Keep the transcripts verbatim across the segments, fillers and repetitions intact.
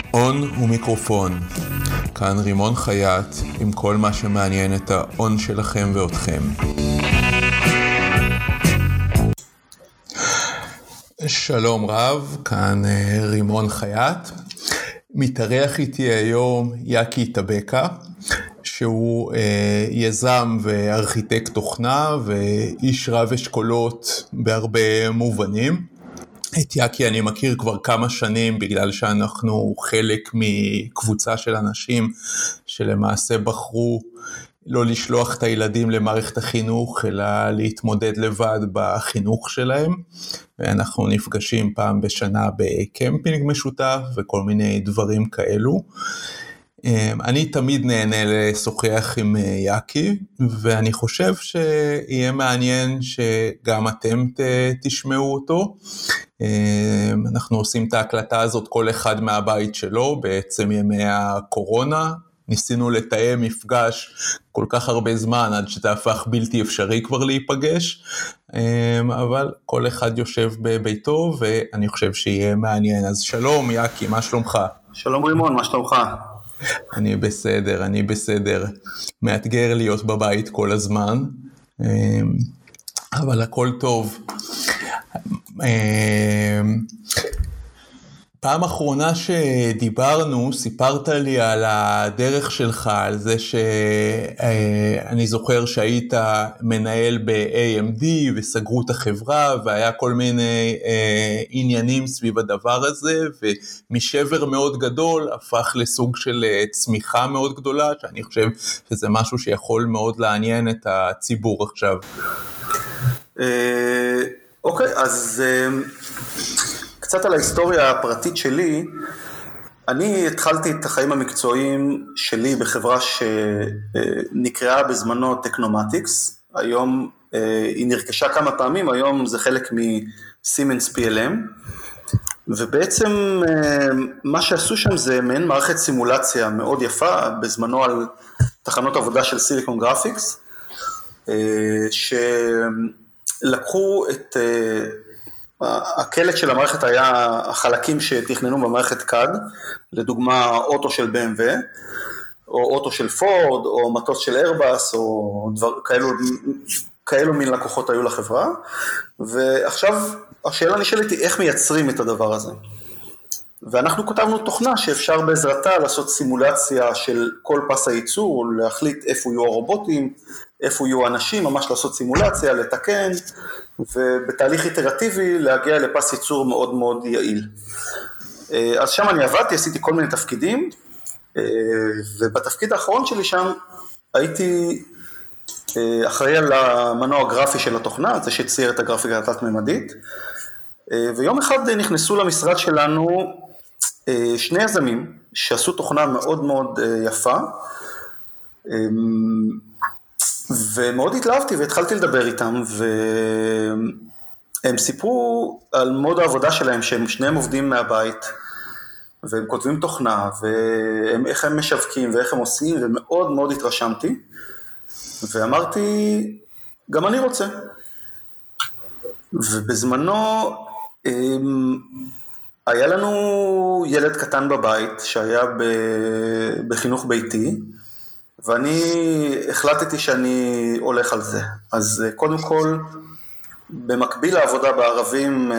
און ומיקרופון. כאן רימון חייט עם כל מה שמעניין את האון שלכם ואתכם. שלום רב, כאן רימון חייט. מתארח איתי היום יקי טבקה, שהוא אה, יזם וארכיטקט תוכנה ואיש רב אשכולות בהרבה מובנים. את יקי אני מכיר כבר כמה שנים בגלל שאנחנו חלק מקבוצה של אנשים שלמעשה בחרו לא לשלוח את הילדים למערכת החינוך, אלא להתמודד לבד בחינוך שלהם. ואנחנו נפגשים פעם בשנה בקמפינג משותף וכל מיני דברים כאלו. אני תמיד נהנה לשוחח עם יקי, ואני חושב שיהיה מעניין שגם אתם תשמעו אותו. אנחנו עושים את ההקלטה הזאת כל אחד מהבית שלו, בעצם ימי הקורונה. ניסינו לתאם מפגש כל כך הרבה זמן, עד שזה הפך בלתי אפשרי כבר להיפגש, אבל כל אחד יושב בביתו, ואני חושב שיהיה מעניין. אז שלום יקי, מה שלומך? שלום רימון, מה שלומך? אני בסדר, אני בסדר. מאתגר להיות בבית כל הזמן, אבל הכל טוב. פעם אחרונה שדיברנו, סיפרת לי על הדרך שלך, על זה שאני זוכר שהיית מנהל ב-איי אם די וסגרו את החברה, והיה כל מיני עניינים סביב הדבר הזה, ומשבר מאוד גדול הפך לסוג של צמיחה מאוד גדולה, שאני חושב שזה משהו שיכול מאוד לעניין את הציבור עכשיו. אוקיי, אז קצת על ההיסטוריה הפרטית שלי. אני התחלתי את החיים המקצועיים שלי בחברה שנקראה בזמנו טכנומטיקס. היום היא נרכשה כמה פעמים, היום זה חלק מסימנס פי אל אם, ובעצם מה שעשו שם זה מעין מערכת סימולציה מאוד יפה, בזמנו על תחנות עבודה של סיליקון גרפיקס, שלקחו את הקלט של המערכת היה החלקים שתכננו במערכת קאד, לדוגמה אוטו של בי אם דאבליו, או אוטו של פורד, או מטוס של איירבאס, או דבר, כאלו, כאלו מין לקוחות היו לחברה, ועכשיו השאלה נשאלת היא איך מייצרים את הדבר הזה. ואנחנו כותבנו תוכנה שאפשר בעזרתה לעשות סימולציה של כל פס הייצור, להחליט איפה יהיו הרובוטים, איפה יהיו אנשים, ממש לעשות סימולציה, לתקן, ובתהליך איטרטיבי להגיע לפס ייצור מאוד מאוד יעיל. אז שם אני עבדתי, עשיתי כל מיני תפקידים, ובתפקיד האחרון שלי שם הייתי אחראי על המנוע הגרפי של התוכנה, זה שצייר את הגרפיקה התלת-ממדית, ויום אחד נכנסו למשרד שלנו שני יזמים שעשו תוכנה מאוד מאוד יפה, ומאוד התלהבתי והתחלתי לדבר איתם, והם סיפרו על מוד העבודה שלהם, שהם שניהם עובדים מהבית, והם כותבים תוכנה, ואיך הם משווקים ואיך הם עושים, ומאוד מאוד התרשמתי, ואמרתי, גם אני רוצה. ובזמנו היה לנו ילד קטן בבית שהיה בחינוך ביתי, ואני החלטתי שאני הולך על זה. אז קודם כל, במקביל לעבודה בערבים,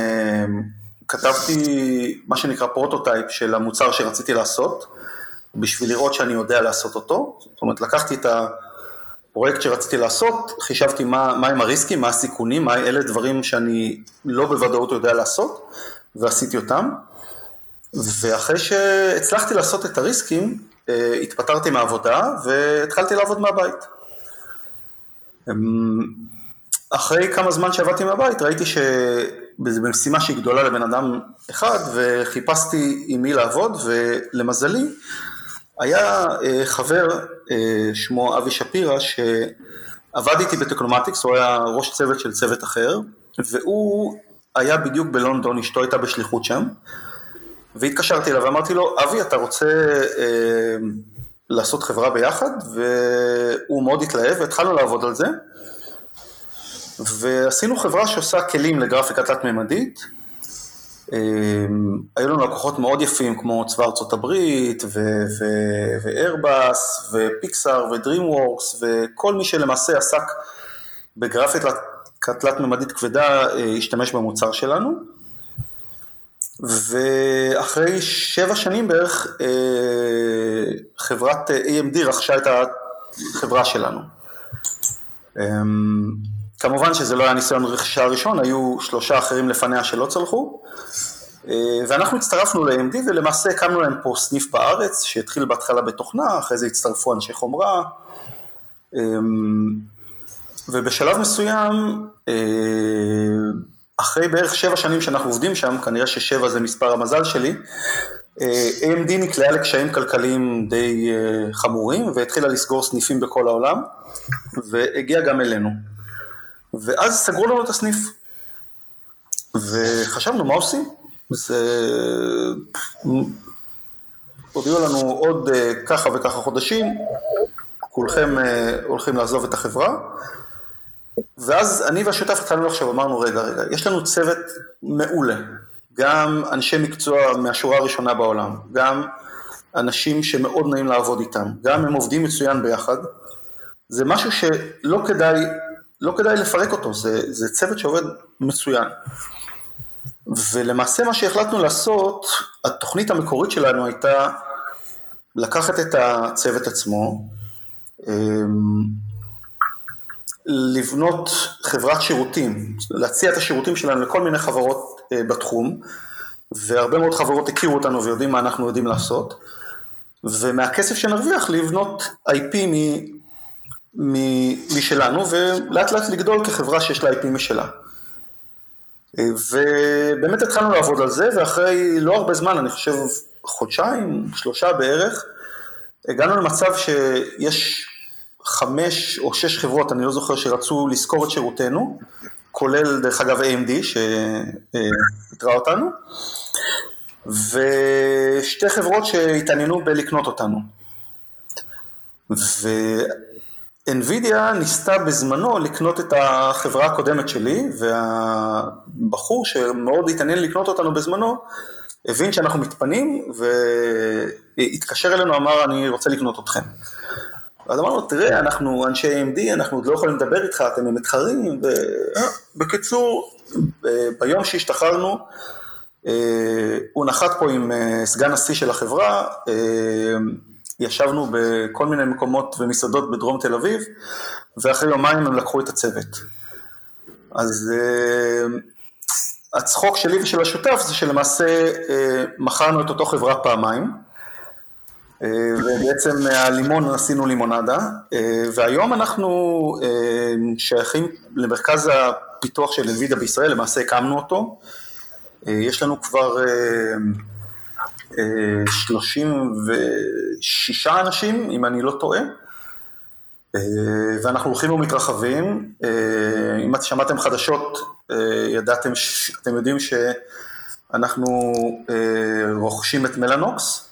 כתבתי מה שנקרא פרוטוטייפ של המוצר שרציתי לעשות, בשביל לראות שאני יודע לעשות אותו. זאת אומרת, לקחתי את הפרויקט שרציתי לעשות, חישבתי מה, מה הם הריסקים, מה הסיכונים, מה אלה דברים שאני לא בוודאות יודע לעשות, ועשיתי אותם. ואחרי שהצלחתי לעשות את הריסקים, התפטרתי מהעבודה והתחלתי לעבוד מהבית. אחרי כמה זמן שעבדתי מהבית, ראיתי שזו משימה שהיא גדולה לבן אדם אחד, וחיפשתי עם מי לעבוד, ולמזלי, היה חבר שמו אבי שפירא, שעבד איתי בטכנומטיקס, הוא היה ראש צוות של צוות אחר, והוא היה בדיוק בלונדון, אשתו הייתה בשליחות שם, והתקשרתי אליו ואמרתי לו, אבי, אתה רוצה אה, לעשות חברה ביחד? והוא מאוד התלהב, והתחלנו לעבוד על זה, ועשינו חברה שעושה כלים לגרפיקה תלת-ממדית, היו לנו לקוחות מאוד יפים כמו צבא ארצות הברית ואיירבאס ופיקסאר ודרימוורקס וכל מי שלמעשה עסק בגרפיקה תלת ממדית כבדה השתמש במוצר שלנו. ואחרי שבע שנים בערך חברת איי אם די רכשה את החברה שלנו. כמובן שזה לא היה ניסיון רכישה הראשון, היו שלושה אחרים לפניה שלא צלחו, ואנחנו הצטרפנו ל-איי אם די ולמעשה הקמנו להם פה סניף בארץ, שהתחיל בהתחלה בתוכנה, אחרי זה הצטרפו אנשי חומרה, ובשלב מסוים, אחרי בערך שבע שנים שאנחנו עובדים שם, כנראה ששבע זה מספר המזל שלי, איי אם די נקלעה לקשיים כלכליים די חמורים, והתחילה לסגור סניפים בכל העולם, והגיע גם אלינו. ואז סגרו לנו את הסניף, וחשבנו מה עושים. זה... הודיעו לנו עוד ככה וככה חודשים, כולכם הולכים לעזוב את החברה, ואז אני והשותף התחלנו לחשוב, אמרנו רגע רגע, יש לנו צוות מעולה, גם אנשי מקצוע מהשורה הראשונה בעולם, גם אנשים שמאוד נעים לעבוד איתם, גם הם עובדים מצוין ביחד, זה משהו שלא כדאי, לא כדאי לפרק אותו, זה, זה צוות שעובד מצוין. ולמעשה מה שהחלטנו לעשות, התוכנית המקורית שלנו הייתה לקחת את הצוות עצמו, לבנות חברת שירותים, להציע את השירותים שלנו לכל מיני חברות בתחום, והרבה מאוד חברות הכירו אותנו ויודעים מה אנחנו יודעים לעשות, ומהכסף שנרוויח לבנות איי פי משלנו, ולאט לאט לגדול כחברה שיש לה איי פי משלה. ובאמת התחלנו לעבוד על זה, ואחרי לא הרבה זמן, אני חושב חודשיים, שלושה בערך, הגענו למצב שיש חמש או שש חברות, אני לא זוכר, שרצו לזכור את שירותנו, כולל דרך אגב איי אם די שהתראה אותנו, ושתי חברות שהתעניינו בלקנות אותנו. ואנווידיה ניסתה בזמנו לקנות את החברה הקודמת שלי, והבחור שמאוד התעניין לקנות אותנו בזמנו, הבין שאנחנו מתפנים, והתקשר אלינו, אמר אני רוצה לקנות אתכם. אז אמרנו, תראה, אנחנו אנשי איי אם די, אנחנו עוד לא יכולים לדבר איתך, אתם מתחרים, ובקיצור, ביום שהשתחררנו, הוא נחת פה עם סגן השיא של החברה, ישבנו בכל מיני מקומות ומסעדות בדרום תל אביב, ואחרי יומיים הם לקחו את הצוות. אז הצחוק שלי ושל השותף זה שלמעשה מכרנו את אותו חברה פעמיים, ובעצם מהלימון עשינו לימונדה, והיום אנחנו שייכים למרכז הפיתוח של אנווידיה בישראל, למעשה הקמנו אותו, יש לנו כבר שלושים ושישה אנשים, אם אני לא טועה, ואנחנו הולכים ומתרחבים, אם אתם שמעתם חדשות, ידעתם, אתם יודעים שאנחנו רוכשים את מלאנוקס,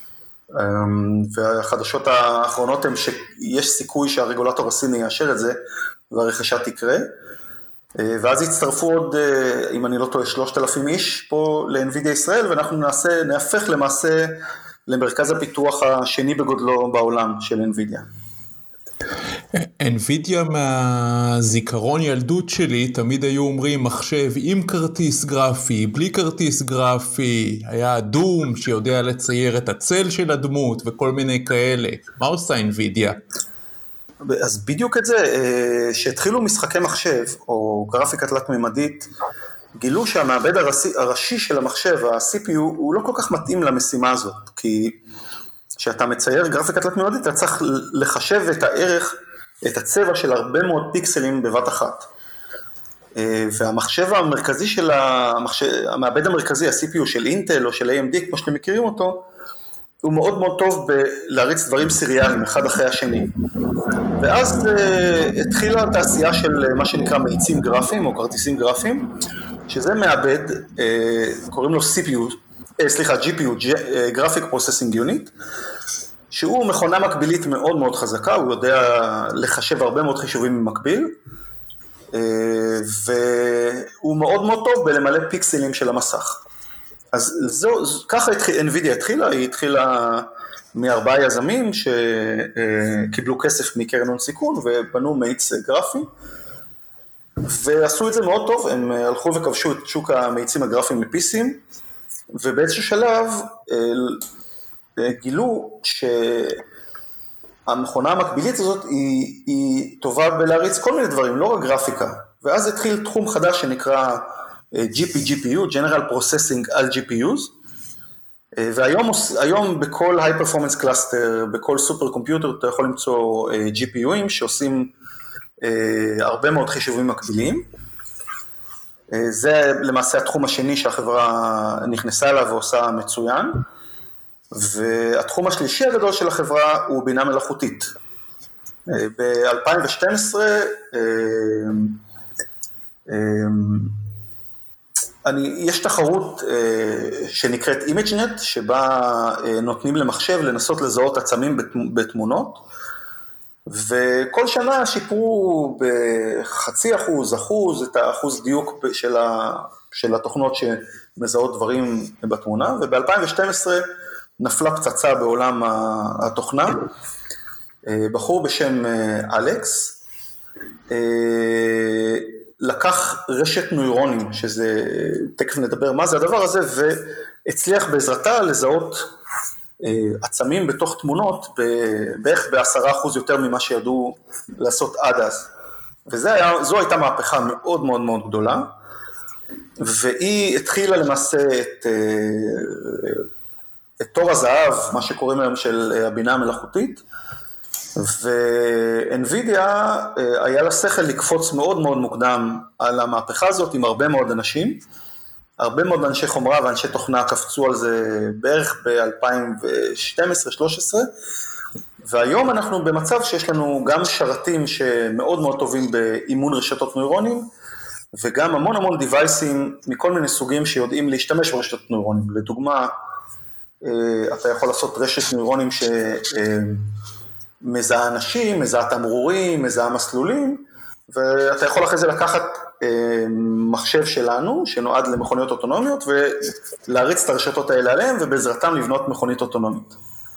והחדשות האחרונות הן שיש סיכוי שהרגולטור הסיני יאשר את זה, והרכישה תקרה, ואז יצטרפו עוד, אם אני לא טועה, שלושת אלפים איש פה לאנווידיה ישראל, ואנחנו נעשה, נהפך למעשה למרכז הפיתוח השני בגודלו בעולם של אנווידיה. אנווידיה מהזיכרון ילדות שלי תמיד היו אומרים מחשב עם כרטיס גרפי, בלי כרטיס גרפי, היה דום שיודע לצייר את הצל של הדמות וכל מיני כאלה. מה עושה אנווידיה? אז בדיוק את זה, שהתחילו משחקי מחשב או גרפיקה תלת ממדית, גילו שהמעבד הראשי, הראשי של המחשב, ה-סי פי יו, הוא לא כל כך מתאים למשימה הזאת, כי כשאתה מצייר גרפיקה תלת ממדית, אתה צריך לחשב את הערך, את הצבע של הרבה מאוד פיקסלים בבת אחת. והמחשב המרכזי של המחשב, המעבד המרכזי, ה-סי פי יו של אינטל או של איי אם די, כמו שאתם מכירים אותו, הוא מאוד מאוד טוב בלהריץ דברים סיריאליים, אחד אחרי השני. ואז התחילה התעשייה של מה שנקרא מאיצים גרפיים או כרטיסים גרפיים, שזה מעבד, קוראים לו סי פי יו, סליחה, ג'י פי יו, Graphic Processing Unit, שהוא מכונה מקבילית מאוד מאוד חזקה, הוא יודע לחשב הרבה מאוד חישובים במקביל, והוא מאוד מאוד טוב בלמלא פיקסלים של המסך. אז זו, ככה NVIDIA התחילה, היא התחילה מארבעה יזמים שקיבלו כסף מקרן הון סיכון ובנו מאיץ גרפי, ועשו את זה מאוד טוב, הם הלכו וכבשו את שוק המאיצים הגרפיים לפיסים, ובאיזשהו שלב גילו שהמכונה המקבילית הזאת היא, היא טובה בלהריץ כל מיני דברים, לא רק גרפיקה, ואז התחיל תחום חדש שנקרא ג'י פי ג'י פי יו, General Processing על ג'י פי יו'ס, והיום היום בכל High Performance Cluster, בכל סופר קומפיוטר, אתה יכול למצוא ג'י פי יו'ים שעושים הרבה מאוד חישובים מקבילים. זה למעשה התחום השני שהחברה נכנסה אליו ועושה מצוין, והתחום השלישי הגדול של החברה הוא בינה מלאכותית. ב-אלפיים ושתים עשרה אני, יש תחרות שנקראת ImageNet, שבה נותנים למחשב לנסות לזהות עצמים בתמונות, וכל שנה שיפרו בחצי אחוז, אחוז, את האחוז דיוק של, ה, של התוכנות שמזהות דברים בתמונה, וב-אלפיים ושתים עשרה נפלה פצצה בעולם התוכנה, בחור בשם אלכס, לקח רשת נוירונים, שזה, תכף נדבר מה זה הדבר הזה, והצליח בעזרתה לזהות עצמים בתוך תמונות, בערך בעשרה אחוז יותר ממה שידעו לעשות עד אז. וזו הייתה מהפכה מאוד מאוד מאוד גדולה, והיא התחילה למעשה את, את תור הזהב, מה שקוראים היום של הבינה המלאכותית, ו-NVIDIA היה לה שכל לקפוץ מאוד מאוד מוקדם על המהפכה הזאת עם הרבה מאוד אנשים, הרבה מאוד אנשי חומרה ואנשי תוכנה קפצו על זה בערך ב-אלפיים ושתים עשרה שלוש עשרה, והיום אנחנו במצב שיש לנו גם שרתים שמאוד מאוד טובים באימון רשתות נוירונים, וגם המון המון דיווייסים מכל מיני סוגים שיודעים להשתמש ברשתות נוירונים. לדוגמה, אתה יכול לעשות רשת נוירונים שמזהה אנשים, מזהה תמרורים, מזהה מסלולים, ואתה יכול אחרי זה לקחת מחשב שלנו, שנועד למכוניות אוטונומיות, ולהריץ את הרשתות האלה עליהם, ובעזרתם לבנות מכונית אוטונומית.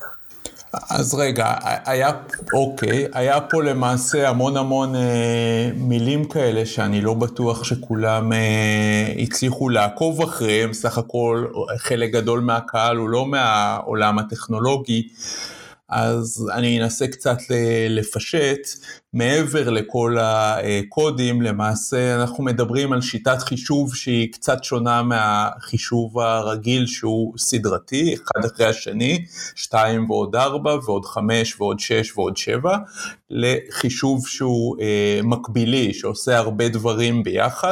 אז רגע, היה, אוקיי, היה פה למעשה המון המון אה, מילים כאלה, שאני לא בטוח שכולם אה, הצליחו לעקוב אחריהם, סך הכל חלק גדול מהקהל הוא לא מהעולם הטכנולוגי, אז אני אנסה קצת לפשט, מעבר לכל הקודים, למעשה אנחנו מדברים על שיטת חישוב שהיא קצת שונה מהחישוב הרגיל שהוא סדרתי, אחד אחרי השני, שתיים ועוד ארבע ועוד חמש ועוד שש ועוד שבע, לחישוב שהוא מקבילי, שעושה הרבה דברים ביחד,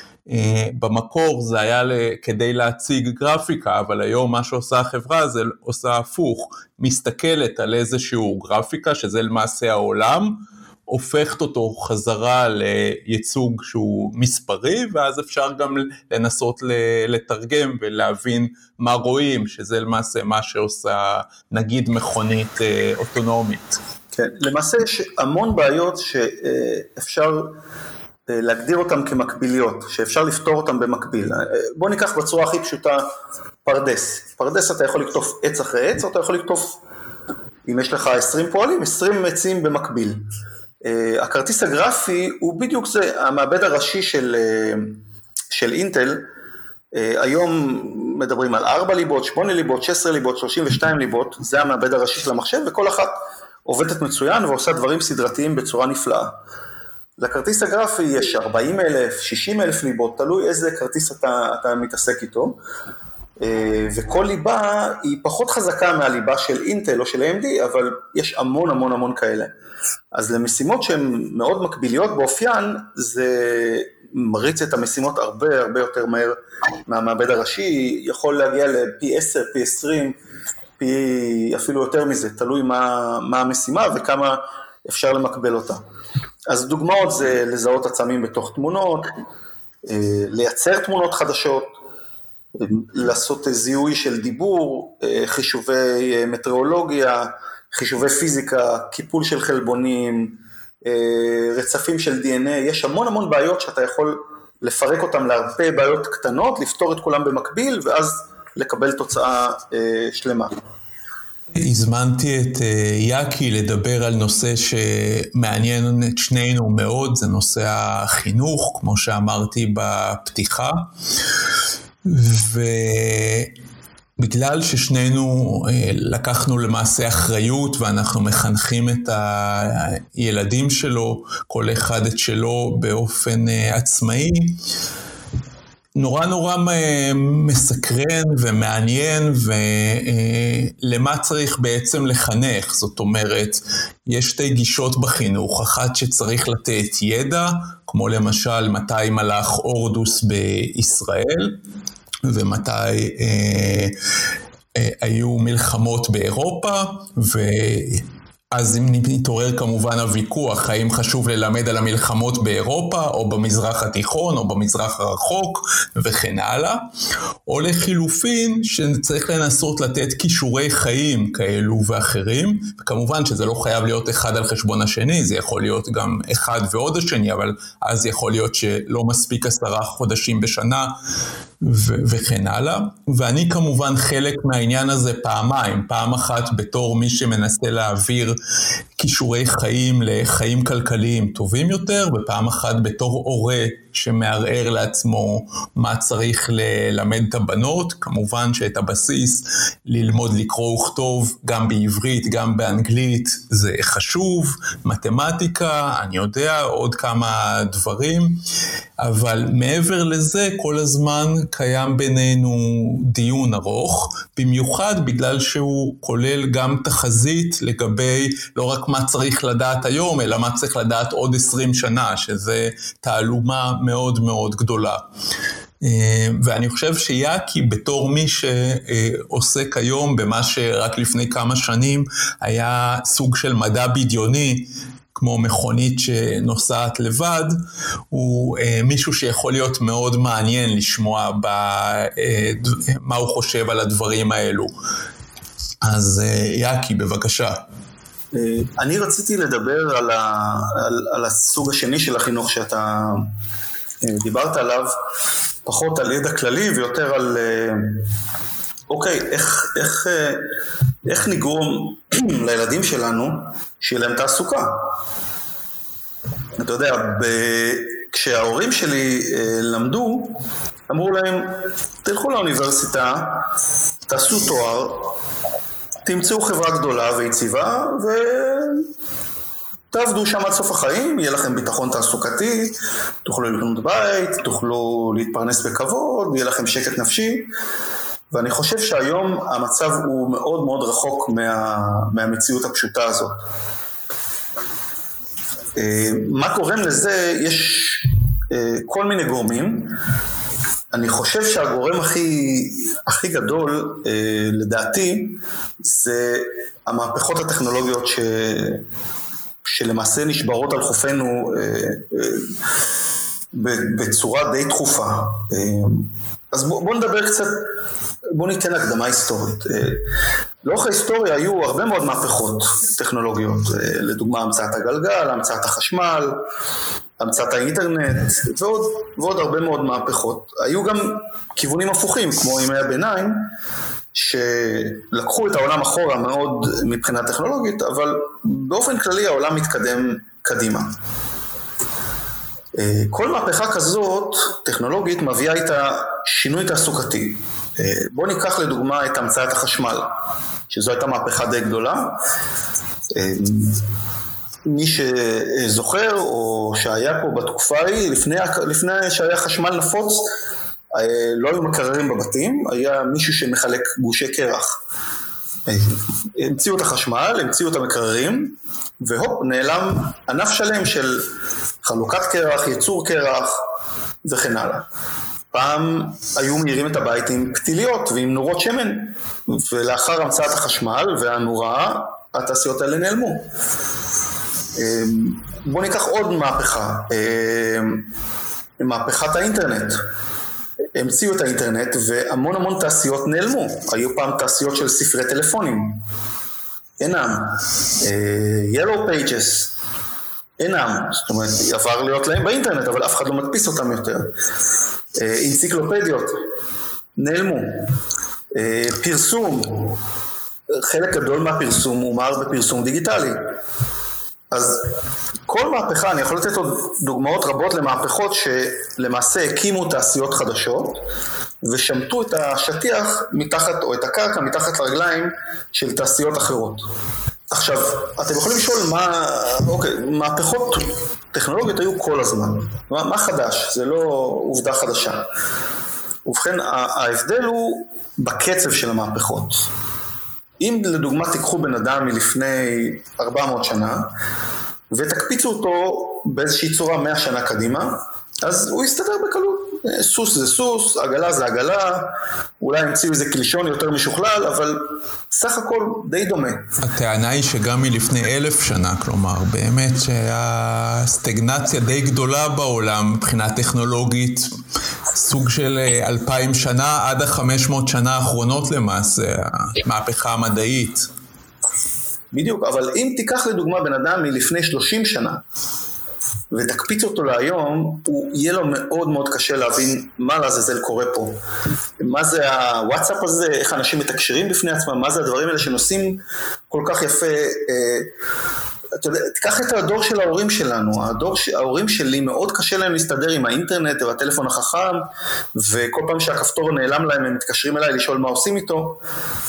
במקור זה היה כדי להציג גרפיקה, אבל היום מה שעושה החברה זה עושה הפוך, מסתכלת על איזשהו גרפיקה, שזה למעשה העולם, הופכת אותו חזרה לייצוג שהוא מספרי, ואז אפשר גם לנסות לתרגם ולהבין מה רואים, שזה למעשה מה שעושה נגיד מכונית אוטונומית. כן, למעשה יש המון בעיות שאפשר להגדיר אותם כמקביליות, שאפשר לפתור אותם במקביל. בוא ניקח בצורה הכי פשוטה פרדס. פרדס אתה יכול לכתוב עץ אחרי עץ, או אתה יכול לכתוב, אם יש לך עשרים פועלים, עשרים עצים במקביל. הכרטיס הגרפי הוא בדיוק זה, המעבד הראשי של, של אינטל, היום מדברים על ארבע ליבות, שמונה ליבות, שש עשרה ליבות, שלושים ושתיים ליבות, זה המעבד הראשי של המחשב, וכל אחת עובדת מצוין ועושה דברים סדרתיים בצורה נפלאה. לכרטיס הגרפי יש ארבעים אלף, שישים אלף ליבות, תלוי איזה כרטיס אתה, אתה מתעסק איתו, וכל ליבה היא פחות חזקה מהליבה של אינטל או של איי אם די, אבל יש המון המון המון כאלה. אז למשימות שהן מאוד מקביליות באופיין, זה מריץ את המשימות הרבה הרבה יותר מהר מהמעבד הראשי, יכול להגיע לפי עשר, פי עשרים, פי אפילו יותר מזה, תלוי מה, מה המשימה וכמה אפשר למקבל אותה. אז דוגמאות זה לזהות עצמים בתוך תמונות, לייצר תמונות חדשות, לעשות זיהוי של דיבור, חישובי מטאורולוגיה, חישובי פיזיקה, קיפול של חלבונים, רצפים של די אן איי, יש המון המון בעיות שאתה יכול לפרק אותם להרבה בעיות קטנות, לפתור את כולם במקביל, ואז לקבל תוצאה שלמה. הזמנתי את יאקי לדבר על נושא שמעניין את שנינו מאוד, זה נושא החינוך, כמו שאמרתי בפתיחה, ובגלל ששנינו לקחנו למעשה אחריות ואנחנו מחנכים את הילדים שלו, כל אחד את שלו באופן עצמאי, נורא נורא מסקרן ומעניין, ולמה צריך בעצם לחנך. זאת אומרת, יש שתי גישות בחינוך, אחת שצריך לתת ידע, כמו למשל מתי מלך הורדוס בישראל, ומתי אה, אה, היו מלחמות באירופה, ו... אז אם נתעורר כמובן הוויכוח, האם חשוב ללמד על המלחמות באירופה, או במזרח התיכון, או במזרח הרחוק, וכן הלאה. או לחילופין, שצריך לנסות לתת כישורי חיים כאלו ואחרים, וכמובן שזה לא חייב להיות אחד על חשבון השני, זה יכול להיות גם אחד ועוד השני, אבל אז יכול להיות שלא מספיק עשרה חודשים בשנה, ו- וכן הלאה. ואני כמובן חלק מהעניין הזה פעמיים, פעם אחת בתור מי שמנסה להעביר כישורי חיים לחיים כלכליים טובים יותר, ופעם אחת בתור הורה שמערער לעצמו מה צריך ללמד את הבנות, כמובן שאת הבסיס ללמוד לקרוא וכתוב גם בעברית, גם באנגלית, זה חשוב, מתמטיקה, אני יודע, עוד כמה דברים, אבל מעבר לזה כל הזמן קיים בינינו דיון ארוך, במיוחד בגלל שהוא כולל גם תחזית לגבי לא רק מה צריך לדעת היום, אלא מה צריך לדעת עוד עשרים שנה, שזה תעלומה מאוד מאוד גדולה. ואני חושב שיאקי בתור מי שעוסק היום במה שרק לפני כמה שנים היה סוג של מדע בדיוני, כמו מכונית שנוסעת לבד, הוא מישהו שיכול להיות מאוד מעניין לשמוע מה הוא חושב על הדברים האלו. אז יאקי, בבקשה. אני רציתי לדבר על, ה, על, על הסוג השני של החינוך שאתה דיברת עליו, פחות על ידע כללי ויותר על, אוקיי, איך, איך, איך נגרום לילדים שלנו שיהיה להם תעסוקה. אתה יודע, ב, כשההורים שלי למדו, אמרו להם, תלכו לאוניברסיטה, תעשו תואר, תמצאו חברה גדולה ויציבה ותעבדו שם עד סוף החיים, יהיה לכם ביטחון תעסוקתי, תוכלו לקנות בית, תוכלו להתפרנס בכבוד, יהיה לכם שקט נפשי. ואני חושב שהיום המצב הוא מאוד מאוד רחוק מה, מהמציאות הפשוטה הזאת. מה קוראים לזה? יש כל מיני גורמים. אני חושב שהגורם הכי, הכי גדול, אה, לדעתי, זה המהפכות הטכנולוגיות ש, שלמעשה נשברות על חופנו אה, אה, בצורה די תכופה. אה, אז בוא, בוא נדבר קצת, בוא ניתן הקדמה היסטורית. אה, לאורך ההיסטוריה היו הרבה מאוד מהפכות טכנולוגיות, אה, לדוגמה המצאת הגלגל, המצאת החשמל, המצאת האינטרנט, ועוד, ועוד הרבה מאוד מהפכות. היו גם כיוונים הפוכים, כמו ימי הביניים, שלקחו את העולם אחורה מאוד מבחינה טכנולוגית, אבל באופן כללי העולם מתקדם קדימה. כל מהפכה כזאת, טכנולוגית, מביאה איתה שינוי תעסוקתי. בואו ניקח לדוגמה את המצאת החשמל, שזו הייתה מהפכה די גדולה. מי שזוכר או שהיה פה בתקופה היא, לפני, לפני שהיה חשמל נפוץ, לא היו מקררים בבתים, היה מישהו שמחלק גושי קרח. המציאו את החשמל, המציאו את המקררים, והופ, נעלם ענף שלם של חלוקת קרח, ייצור קרח וכן הלאה. פעם היו מאירים את הבית עם פתיליות ועם נורות שמן, ולאחר המצאת החשמל והנורה, התעשיות האלה נעלמו. בואו ניקח עוד מהפכה, מהפכת האינטרנט. המציאו את האינטרנט והמון המון תעשיות נעלמו. היו פעם תעשיות של ספרי טלפונים, אינם. Yellow Pages, אינם. זאת אומרת, עבר להיות להם באינטרנט, אבל אף אחד לא מדפיס אותם יותר. אנציקלופדיות, נעלמו. פרסום, חלק גדול מהפרסום מומר בפרסום דיגיטלי. אז כל מהפכה, אני יכול לתת עוד דוגמאות רבות למהפכות שלמעשה הקימו תעשיות חדשות ושמטו את השטיח מתחת, או את הקרקע מתחת לרגליים של תעשיות אחרות. עכשיו, אתם יכולים לשאול מה, אוקיי, מהפכות טכנולוגיות היו כל הזמן. מה, מה חדש? זה לא עובדה חדשה. ובכן, ההבדל הוא בקצב של המהפכות. אם לדוגמה תיקחו בן אדם מלפני ארבע מאות שנה, ותקפיצו אותו באיזושהי צורה מאה שנה קדימה, אז הוא יסתדר בקלות. סוס זה סוס, עגלה זה עגלה, אולי המציאו איזה קלישון יותר משוכלל, אבל סך הכל די דומה. הטענה היא שגם מלפני אלף שנה, כלומר, באמת שהסטגנציה די גדולה בעולם מבחינה טכנולוגית, סוג של אלפיים שנה עד החמש מאות שנה האחרונות למעשה, המהפכה המדעית. בדיוק, אבל אם תיקח לדוגמה בן אדם מלפני שלושים שנה, ותקפיץ אותו להיום, הוא יהיה לו מאוד מאוד קשה להבין מה לעזאזל קורה פה. מה זה הוואטסאפ הזה, איך אנשים מתקשרים בפני עצמם, מה זה הדברים האלה שנושאים כל כך יפה. אתה יודע, תיקח את הדור של ההורים שלנו, הדור, ההורים שלי מאוד קשה להם להסתדר עם האינטרנט והטלפון החכם, וכל פעם שהכפתור נעלם להם הם מתקשרים אליי לשאול מה עושים איתו.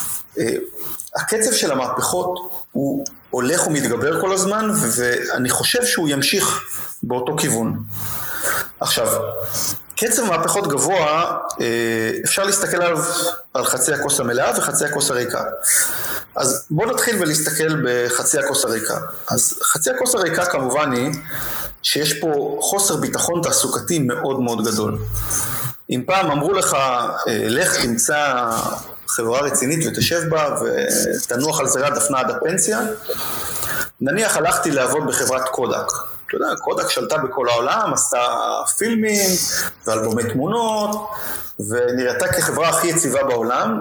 הקצב של המהפכות הוא הולך ומתגבר כל הזמן, ואני חושב שהוא ימשיך באותו כיוון. עכשיו, קצב מהפכות גבוה, אפשר להסתכל עליו על חצי הכוס המלאה וחצי הכוס הריקה. אז בואו נתחיל ולהסתכל בחצי הכוס הריקה. אז חצי הכוס הריקה כמובן היא שיש פה חוסר ביטחון תעסוקתי מאוד מאוד גדול. אם פעם אמרו לך, לך תמצא חברה רצינית ותשב בה ותנוח על זרי הדפנה עד הפנסיה, נניח הלכתי לעבוד בחברת קודק. אתה יודע, קודק שלטה בכל העולם, עשתה פילמים ואלבומי תמונות, ונראתה כחברה הכי יציבה בעולם.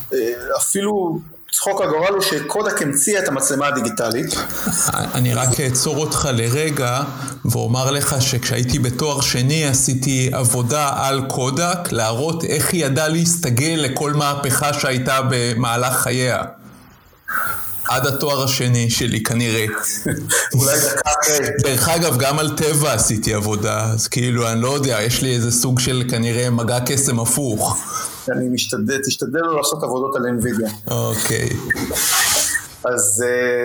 אפילו צחוק הגורל הוא שקודק המציאה את המצלמה הדיגיטלית. אני רק אעצור אותך לרגע ואומר לך שכשהייתי בתואר שני עשיתי עבודה על קודק, להראות איך היא ידעה להסתגל לכל מהפכה שהייתה במהלך חייה. עד התואר השני שלי כנראה. אולי דקה אחרי. דרך אגב, גם על טבע עשיתי עבודה, אז כאילו אני לא יודע, יש לי איזה סוג של כנראה מגע קסם הפוך. אני משתדל, תשתדל לו לעשות עבודות על אנווידיה. אוקיי. אז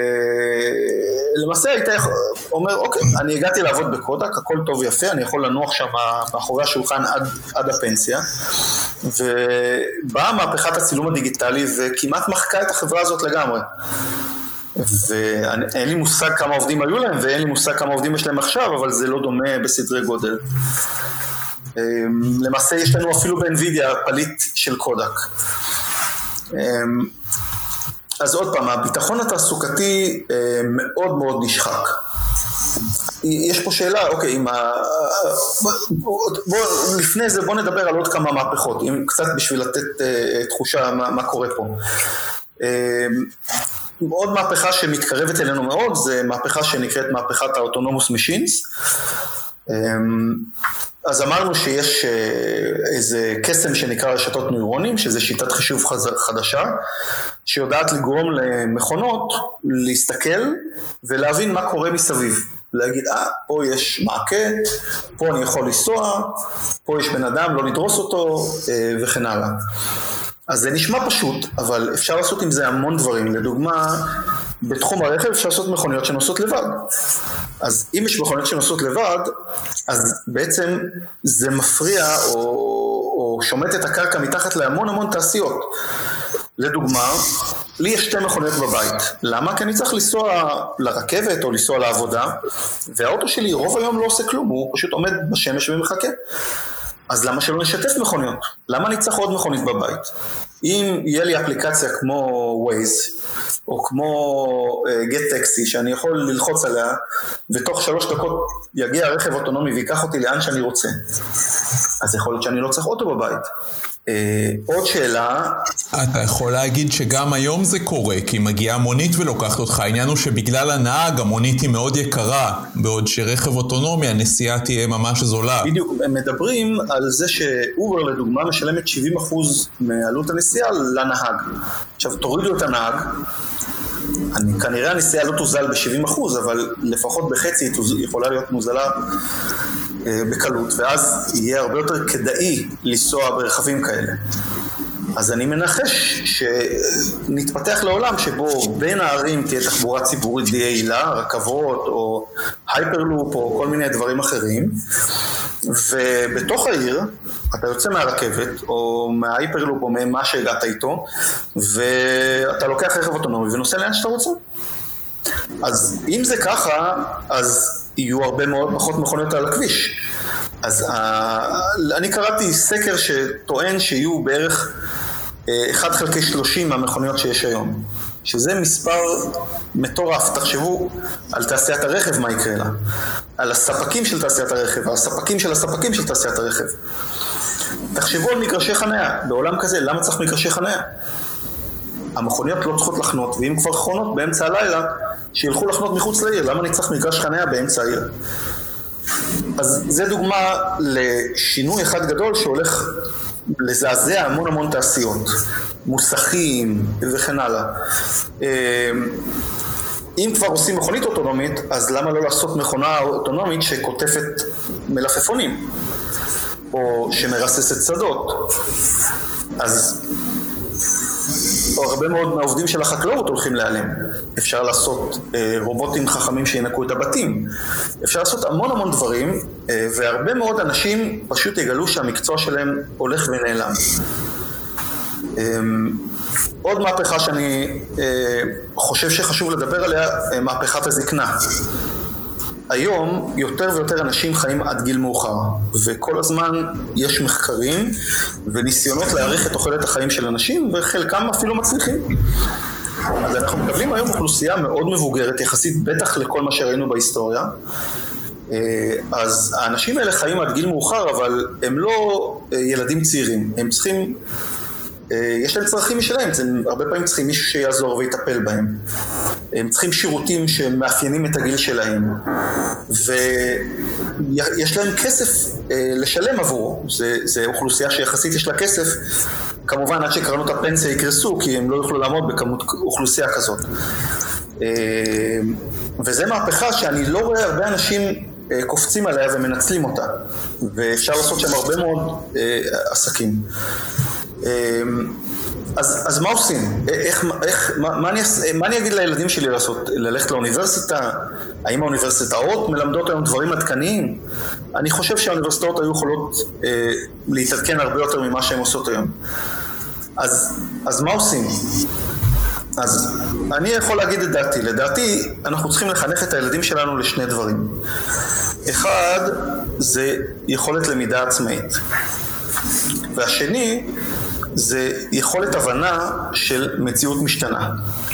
למעשה היית אומר, אוקיי, אני הגעתי לעבוד בקודק, הכל טוב ויפה, אני יכול לנוח שם מאחורי השולחן עד, עד הפנסיה, ובאה מהפכת הצילום הדיגיטלי וכמעט מחקה את החברה הזאת לגמרי. ואין לי מושג כמה עובדים היו להם, ואין לי מושג כמה עובדים יש להם עכשיו, אבל זה לא דומה בסדרי גודל. למעשה יש לנו אפילו באנווידיה פליט של קודק. אז עוד פעם, הביטחון התעסוקתי מאוד מאוד נשחק. יש פה שאלה, אוקיי, עם ה... בוא, לפני זה בוא נדבר על עוד כמה מהפכות, קצת בשביל לתת תחושה מה, מה קורה פה. עוד מהפכה שמתקרבת אלינו מאוד, זה מהפכה שנקראת מהפכת האוטונומוס משינס. אז אמרנו שיש איזה קסם שנקרא רשתות נוירונים, שזה שיטת חישוב חדשה, שיודעת לגרום למכונות להסתכל ולהבין מה קורה מסביב. להגיד, אה, פה יש מעקה, פה אני יכול לנסוע, פה יש בן אדם, לא נדרוס אותו, וכן הלאה. אז זה נשמע פשוט, אבל אפשר לעשות עם זה המון דברים. לדוגמה, בתחום הרכב אפשר לעשות מכוניות שנוסעות לבד. אז אם יש מכוניות שנוסעות לבד, אז בעצם זה מפריע או, או שומט את הקרקע מתחת להמון המון תעשיות. לדוגמה, לי יש שתי מכוניות בבית. למה? כי אני צריך לנסוע לרכבת או לנסוע לעבודה, והאוטו שלי רוב היום לא עושה כלום, הוא פשוט עומד בשמש ומחכה. אז למה שלא נשתף מכוניות? למה אני צריך עוד מכונית בבית? אם יהיה לי אפליקציה כמו Waze, או כמו uh, Get Taxi, שאני יכול ללחוץ עליה, ותוך שלוש דקות יגיע רכב אוטונומי ויקח אותי לאן שאני רוצה, אז יכול להיות שאני לא צריך אוטו בבית. עוד שאלה... אתה יכול להגיד שגם היום זה קורה, כי מגיעה מונית ולוקחת אותך. העניין הוא שבגלל הנהג, המונית היא מאוד יקרה, בעוד שרכב אוטונומי, הנסיעה תהיה ממש זולה. בדיוק, הם מדברים על זה שאובר לדוגמה משלמת שבעים אחוז מעלות הנסיעה לנהג. עכשיו תורידו את הנהג, אני, כנראה הנסיעה לא תוזל ב-שבעים אחוז, אבל לפחות בחצי היא יכולה להיות מוזלה אה, בקלות, ואז יהיה הרבה יותר כדאי לנסוע ברכבים כאלה. אז אני מנחש שנתפתח לעולם שבו בין הערים תהיה תחבורה ציבורית די יעילה, רכבות או הייפרלופ או כל מיני דברים אחרים, ובתוך העיר אתה יוצא מהרכבת או מההייפרלופ או ממה שהגעת איתו, ואתה לוקח רכב אוטונומי ונוסע לאן שאתה רוצה. אז אם זה ככה, אז יהיו הרבה מאוד פחות מכוניות על הכביש. אז אני קראתי סקר שטוען שיהיו בערך אחד חלקי שלושים מהמכוניות שיש היום, שזה מספר מטורף. תחשבו על תעשיית הרכב, מה יקרה לה, על הספקים של תעשיית הרכב, על הספקים של הספקים של תעשיית הרכב. תחשבו על מגרשי חניה, בעולם כזה למה צריך מגרשי חניה? המכוניות לא צריכות לחנות, ואם כבר חונות באמצע הלילה, שילכו לחנות מחוץ לעיר. למה אני צריך מגרש חניה באמצע העיר? אז זה דוגמה לשינוי אחד גדול שהולך לזעזע המון המון תעשיות, מוסכים וכן הלאה. אם כבר עושים מכונית אוטונומית, אז למה לא לעשות מכונה אוטונומית שכותפת מלפפונים, או שמרססת שדות? אז הרבה מאוד מהעובדים של החקלאות הולכים להיעלם. אפשר לעשות אה, רובוטים חכמים שינקו את הבתים. אפשר לעשות המון המון דברים, אה, והרבה מאוד אנשים פשוט יגלו שהמקצוע שלהם הולך ונעלם. אה, עוד מהפכה שאני אה, חושב שחשוב לדבר עליה, אה, מהפכת הזקנה. היום יותר ויותר אנשים חיים עד גיל מאוחר, וכל הזמן יש מחקרים וניסיונות להאריך את תוחלת החיים של אנשים, וחלקם אפילו מצליחים. אז אנחנו מקבלים היום אוכלוסייה מאוד מבוגרת, יחסית בטח לכל מה שראינו בהיסטוריה. אז האנשים האלה חיים עד גיל מאוחר, אבל הם לא ילדים צעירים, הם צריכים... יש להם צרכים משלהם, הם הרבה פעמים צריכים מישהו שיעזור ויטפל בהם. הם צריכים שירותים שמאפיינים את הגיל שלהם, ויש להם כסף לשלם עבורו. זה, זה אוכלוסייה שיחסית יש לה כסף, כמובן עד שקרנות הפנסיה יקרסו, כי הם לא יוכלו לעמוד בכמות אוכלוסייה כזאת. וזה מהפכה שאני לא רואה הרבה אנשים קופצים עליה ומנצלים אותה, ואפשר לעשות שם הרבה מאוד עסקים. אז, אז מה עושים? איך, איך, מה, מה, אני, מה אני אגיד לילדים שלי לעשות? ללכת לאוניברסיטה? האם האוניברסיטאות מלמדות היום דברים עדכניים? אני חושב שהאוניברסיטאות היו יכולות אה, להתעדכן הרבה יותר ממה שהן עושות היום. אז, אז מה עושים? אז אני יכול להגיד את דעתי. לדעתי, אנחנו צריכים לחנך את הילדים שלנו לשני דברים. אחד, זה יכולת למידה עצמאית. והשני, זה יכולת הבנה של מציאות משתנה.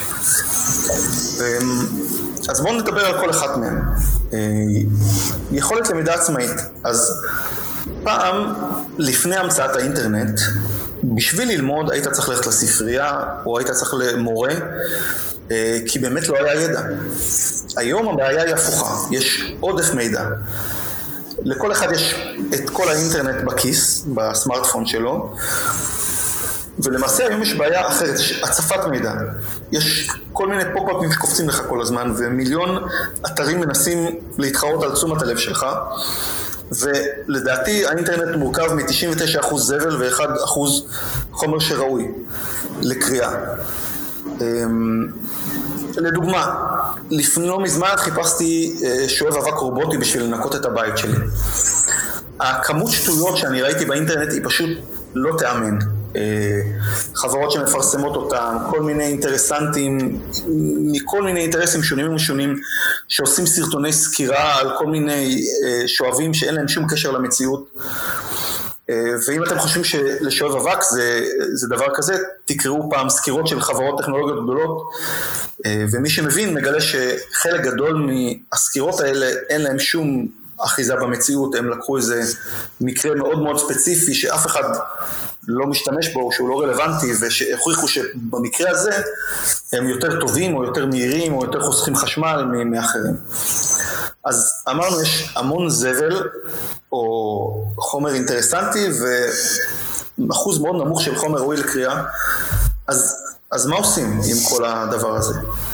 אז בואו נדבר על כל אחת מהן. יכולת למידה עצמאית. אז פעם, לפני המצאת האינטרנט, בשביל ללמוד היית צריך ללכת לספרייה, או היית צריך למורה, כי באמת לא היה ידע. היום הבעיה היא הפוכה, יש עודף מידע. לכל אחד יש את כל האינטרנט בכיס, בסמארטפון שלו, ולמעשה היום יש בעיה אחרת, יש הצפת מידע. יש כל מיני פופ-אפים שקופצים לך כל הזמן, ומיליון אתרים מנסים להתחרות על תשומת הלב שלך, ולדעתי האינטרנט מורכב מ-תשעים ותשעה אחוז זבל ו-אחד אחוז חומר שראוי לקריאה. לדוגמה, לפני לא מזמן חיפשתי שואב אבק רובוטי בשביל לנקות את הבית שלי. הכמות שטויות שאני ראיתי באינטרנט היא פשוט לא תאמן. חברות שמפרסמות אותם, כל מיני אינטרסנטים, מכל מיני אינטרסים שונים ומשונים, שעושים סרטוני סקירה על כל מיני שואבים שאין להם שום קשר למציאות. ואם אתם חושבים שלשואב אבק זה, זה דבר כזה, תקראו פעם סקירות של חברות טכנולוגיות גדולות, ומי שמבין מגלה שחלק גדול מהסקירות האלה אין להם שום אחיזה במציאות, הם לקחו איזה מקרה מאוד מאוד ספציפי שאף אחד לא משתמש בו, שהוא לא רלוונטי, והוכיחו שבמקרה הזה הם יותר טובים או יותר מהירים או יותר חוסכים חשמל מאחרים. אז אמרנו, יש המון זבל או חומר אינטרסנטי ואחוז מאוד נמוך של חומר ראוי לקריאה, אז, אז מה עושים עם כל הדבר הזה?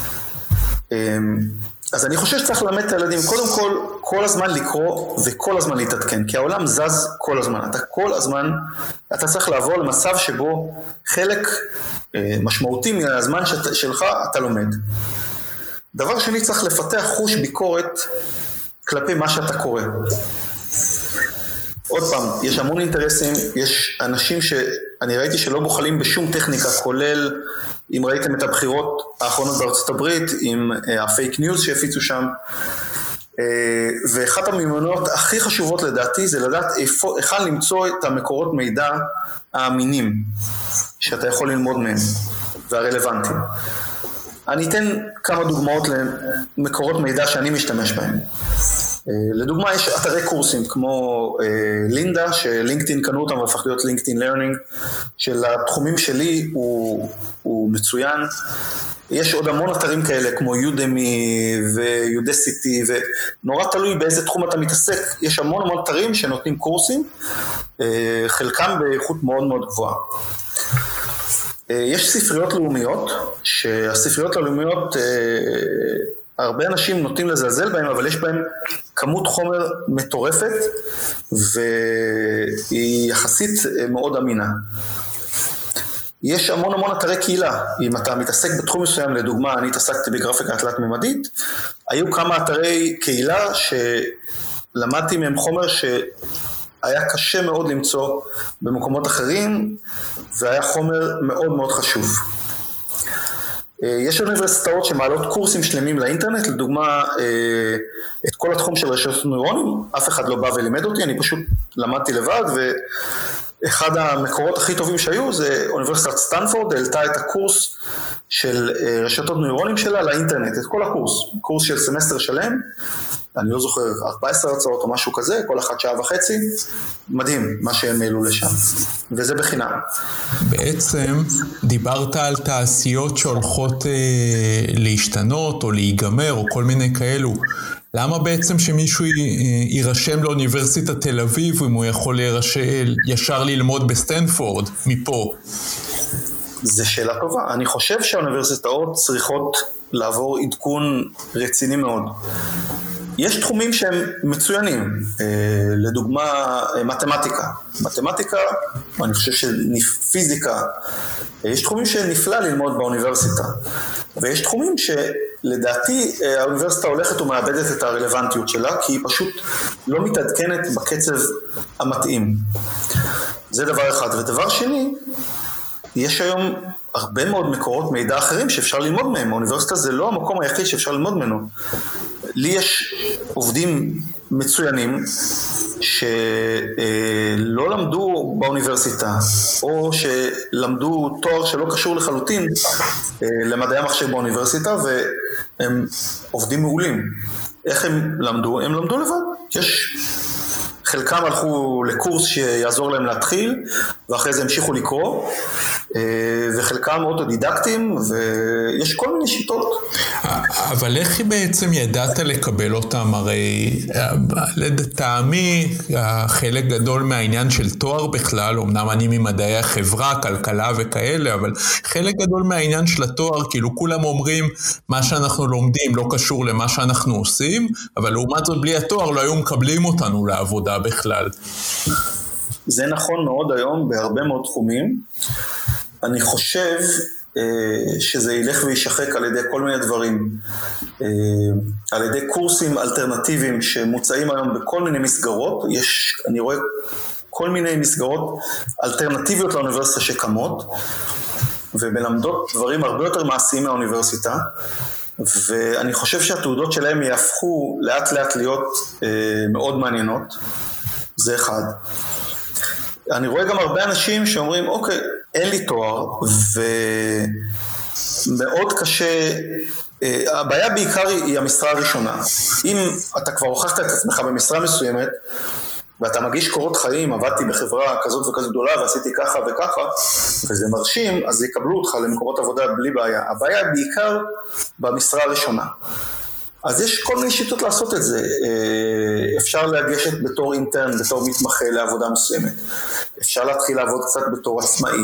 אז אני חושב שצריך ללמד את הילדים, קודם כל, כל הזמן לקרוא וכל הזמן להתעדכן, כי העולם זז כל הזמן. אתה כל הזמן, אתה צריך לעבור למצב שבו חלק משמעותי מהזמן שלך אתה לומד. דבר שני, צריך לפתח חוש ביקורת כלפי מה שאתה קורא. עוד פעם, יש המון אינטרסים, יש אנשים שאני ראיתי שלא בוחלים בשום טכניקה, כולל אם ראיתם את הבחירות האחרונות בארצות הברית, עם הפייק ניוז שהפיצו שם, ואחת המיומנויות הכי חשובות לדעתי זה לדעת איפה, איך למצוא את המקורות מידע האמינים שאתה יכול ללמוד מהם והרלוונטיים. אני אתן כמה דוגמאות למקורות מידע שאני משתמש בהם. לדוגמה, יש אתרי קורסים כמו לינדה, שלינקדאין קנו אותם והפך להיות לינקדאין לרנינג, של התחומים שלי הוא, הוא מצוין. יש עוד המון אתרים כאלה כמו יודמי ויודסיטי, ונורא תלוי באיזה תחום אתה מתעסק. יש המון המון אתרים שנותנים קורסים, חלקם באיכות מאוד מאוד גבוהה. יש ספריות לאומיות, שהספריות הלאומיות, הרבה אנשים נוטים לזלזל בהם, אבל יש בהם כמות חומר מטורפת, והיא יחסית מאוד אמינה. יש המון המון אתרי קהילה, אם אתה מתעסק בתחום מסוים, לדוגמה, אני התעסקתי בגרפיקה תלת-ממדית, היו כמה אתרי קהילה שלמדתי מהם חומר שהיה קשה מאוד למצוא במקומות אחרים, והיה חומר מאוד מאוד חשוב. יש אוניברסיטאות שמעלות קורסים שלמים לאינטרנט, לדוגמה, את כל התחום של רשתות נוירונים, אף אחד לא בא ולימד אותי, אני פשוט למדתי לבד, ואחד המקורות הכי טובים שהיו זה אוניברסיטת סטנפורד, העלתה את הקורס של רשתות נוירונים שלה לאינטרנט, את כל הקורס, קורס של סמסטר שלם, אני לא זוכר, ארבע עשרה הרצאות או משהו כזה, כל אחת שעה וחצי, מדהים מה שהם העלו לשם, וזה בחינם. בעצם דיברת על תעשיות שהולכות אה, להשתנות או להיגמר או כל מיני כאלו. למה בעצם שמישהו יירשם לאוניברסיטת תל אביב אם הוא יכול להירשם, ישר ללמוד בסטנפורד מפה? זו שאלה טובה. אני חושב שהאוניברסיטאות צריכות לעבור עדכון רציני מאוד. יש תחומים שהם מצוינים, לדוגמה מתמטיקה. מתמטיקה, אני חושב שפיזיקה, יש תחומים שנפלא ללמוד באוניברסיטה, ויש תחומים שלדעתי האוניברסיטה הולכת ומאבדת את הרלוונטיות שלה, כי היא פשוט לא מתעדכנת בקצב המתאים. זה דבר אחד. ודבר שני, יש היום הרבה מאוד מקורות מידע אחרים שאפשר ללמוד מהם. האוניברסיטה זה לא המקום היחיד שאפשר ללמוד ממנו. לי יש עובדים מצוינים שלא למדו באוניברסיטה, או שלמדו תואר שלא קשור לחלוטין למדעי המחשב באוניברסיטה, והם עובדים מעולים. איך הם למדו? הם למדו לבד. יש... חלקם הלכו לקורס שיעזור להם להתחיל, ואחרי זה המשיכו לקרוא, וחלקם אוטודידקטים, ויש כל מיני שיטות. אבל איך בעצם ידעת לקבל אותם? הרי לטעמי, חלק גדול מהעניין של תואר בכלל, אמנם אני ממדעי החברה, כלכלה וכאלה, אבל חלק גדול מהעניין של התואר, כאילו כולם אומרים, מה שאנחנו לומדים לא קשור למה שאנחנו עושים, אבל לעומת זאת בלי התואר לא היו מקבלים אותנו לעבודה בכלל. זה נכון מאוד היום בהרבה מאוד תחומים. אני חושב שזה ילך וישחק על ידי כל מיני דברים, על ידי קורסים אלטרנטיביים שמוצאים היום בכל מיני מסגרות. יש, אני רואה כל מיני מסגרות אלטרנטיביות לאוניברסיטה שקמות, ומלמדות דברים הרבה יותר מעשיים מהאוניברסיטה, ואני חושב שהתעודות שלהם יהפכו לאט לאט להיות מאוד מעניינות. זה אחד. אני רואה גם הרבה אנשים שאומרים, אוקיי, אין לי תואר, מאוד קשה, הבעיה בעיקר היא המשרה הראשונה. אם אתה כבר הוכחת את עצמך במשרה מסוימת, ואתה מגיש קורות חיים, עבדתי בחברה כזאת וכזאת גדולה, ועשיתי ככה וככה, וזה מרשים, אז יקבלו אותך למקומות עבודה בלי בעיה. הבעיה בעיקר במשרה הראשונה. אז יש כל מיני שיטות לעשות את זה. אפשר להגשת בתור אינטרן, בתור מתמחה לעבודה מסוימת. אפשר להתחיל לעבוד קצת בתור עצמאי.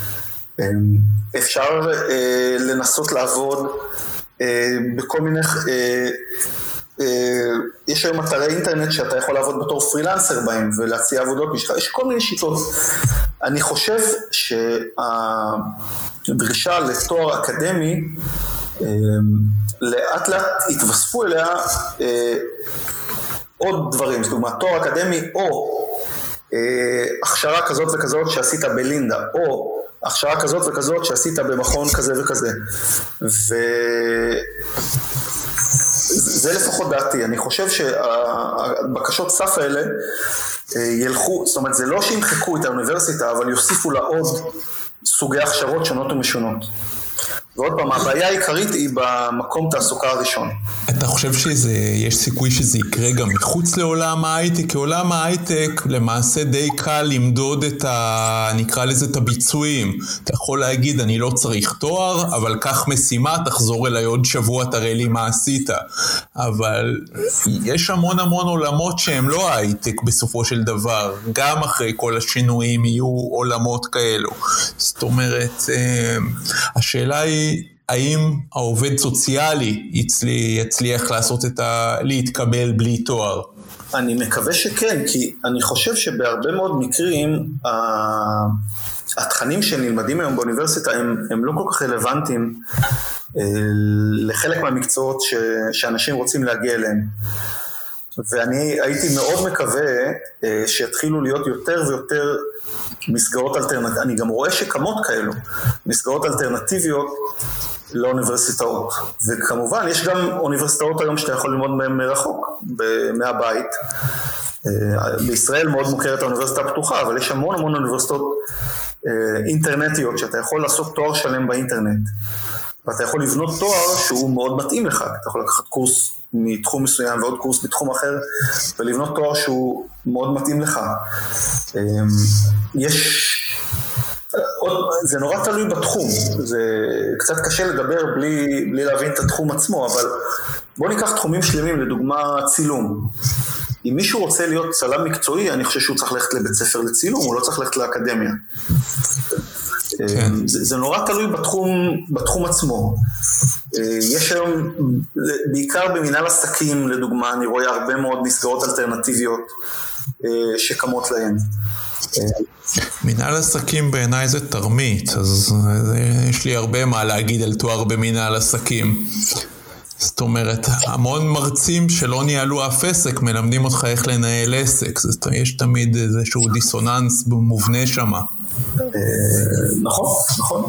אפשר לנסות לעבוד בכל מיני... יש היום אתרי אינטרנט שאתה יכול לעבוד בתור פרילנסר בהם ולהציע עבודות משלך, יש כל מיני שיטות. אני חושב שהדרישה לתואר אקדמי, לאט לאט התווספו אליה עוד דברים, זאת אומרת תואר אקדמי או הכשרה כזאת וכזאת שעשית בלינדה, או הכשרה כזאת וכזאת שעשית במכון כזה וכזה, ו... זה לפחות דעתי. אני חושב שהבקשות סף האלה ילכו, זאת אומרת זה לא שימחקו את האוניברסיטה, אבל יוסיפו לה עוד סוגי הכשרות שונות ומשונות. ועוד פעם, הבעיה העיקרית היא במקום תעסוקה הראשון. אתה חושב שיש סיכוי שזה יקרה גם מחוץ לעולם ההייטק? כי עולם ההייטק למעשה די קל למדוד את ה... נקרא לזה את הביצועים. אתה יכול להגיד, אני לא צריך תואר, אבל קח משימה, תחזור אליי עוד שבוע, תראה לי מה עשית. אבל יש המון המון עולמות שהם לא ההייטק בסופו של דבר. גם אחרי כל השינויים יהיו עולמות כאלו. זאת אומרת, השאלה היא, האם העובד סוציאלי יצליח לעשות את ה... להתקבל בלי תואר? אני מקווה שכן, כי אני חושב שבהרבה מאוד מקרים התכנים שנלמדים היום באוניברסיטה הם, הם לא כל כך רלוונטיים לחלק מהמקצועות ש, שאנשים רוצים להגיע אליהם. ואני הייתי מאוד מקווה שיתחילו להיות יותר ויותר מסגרות אלטרנטיביות, אני גם רואה שקמות כאלו, מסגרות אלטרנטיביות לאוניברסיטאות. וכמובן יש גם אוניברסיטאות היום שאתה יכול ללמוד מהם מרחוק, מהבית. בישראל מאוד מוכרת האוניברסיטה הפתוחה, אבל יש המון המון אוניברסיטאות אינטרנטיות שאתה יכול לעשות תואר שלם באינטרנט. ואתה יכול לבנות תואר שהוא מאוד מתאים לך, אתה יכול לקחת קורס מתחום מסוים ועוד קורס בתחום אחר, ולבנות תואר שהוא מאוד מתאים לך. יש, זה נורא תלוי בתחום, זה קצת קשה לדבר בלי, בלי להבין את התחום עצמו, אבל בוא ניקח תחומים שלמים, לדוגמה צילום. אם מישהו רוצה להיות צלם מקצועי, אני חושב שהוא צריך ללכת לבית ספר לצילום, הוא לא צריך ללכת לאקדמיה. כן. זה, זה נורא תלוי בתחום, בתחום עצמו. יש היום, בעיקר במנהל עסקים, לדוגמה, אני רואה הרבה מאוד מסגרות אלטרנטיביות שקמות להן. מנהל עסקים בעיניי זה תרמית, אז יש לי הרבה מה להגיד על תואר במנהל עסקים. זאת אומרת, המון מרצים שלא ניהלו אף עסק, מלמדים אותך איך לנהל עסק. זאת אומרת, יש תמיד איזשהו דיסוננס מובנה שמה. נכון, נכון.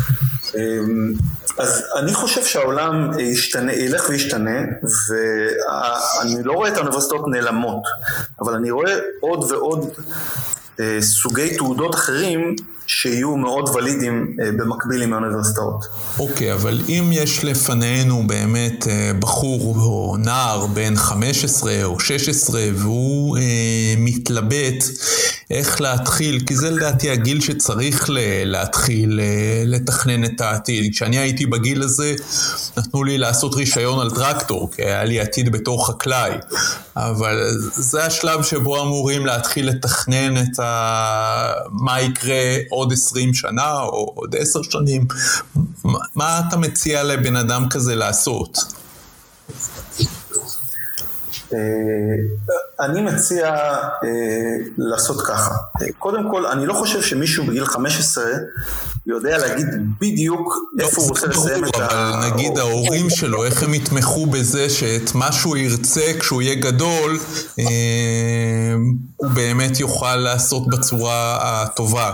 אז אני חושב שהעולם ישתנה, ילך וישתנה, ואני לא רואה את האוניברסיטאות נעלמות, אבל אני רואה עוד ועוד סוגי תעודות אחרים שיהיו מאוד ולידים במקביל עם האוניברסיטאות. אוקיי, אבל אם יש לפנינו באמת בחור או נער בן חמש עשרה או שש עשרה והוא אה, מתלבט איך להתחיל, כי זה לדעתי הגיל שצריך להתחיל לתכנן את העתיד. כשאני הייתי בגיל הזה נתנו לי לעשות רישיון על טרקטור, כי היה לי עתיד בתור חקלאי, אבל זה השלב שבו אמורים להתחיל לתכנן את ה... מה יקרה עוד עשרים שנה או עוד עשר שנים. מה אתה מציע לבן אדם כזה לעשות? אני מציע לעשות ככה. קודם כל, אני לא חושב שמישהו בגיל חמש עשרה יודע להגיד בדיוק איפה הוא רוצה לסיים את ה... אבל נגיד ההורים שלו, איך הם יתמכו בזה שאת מה שהוא ירצה כשהוא יהיה גדול, הוא באמת יוכל לעשות בצורה הטובה.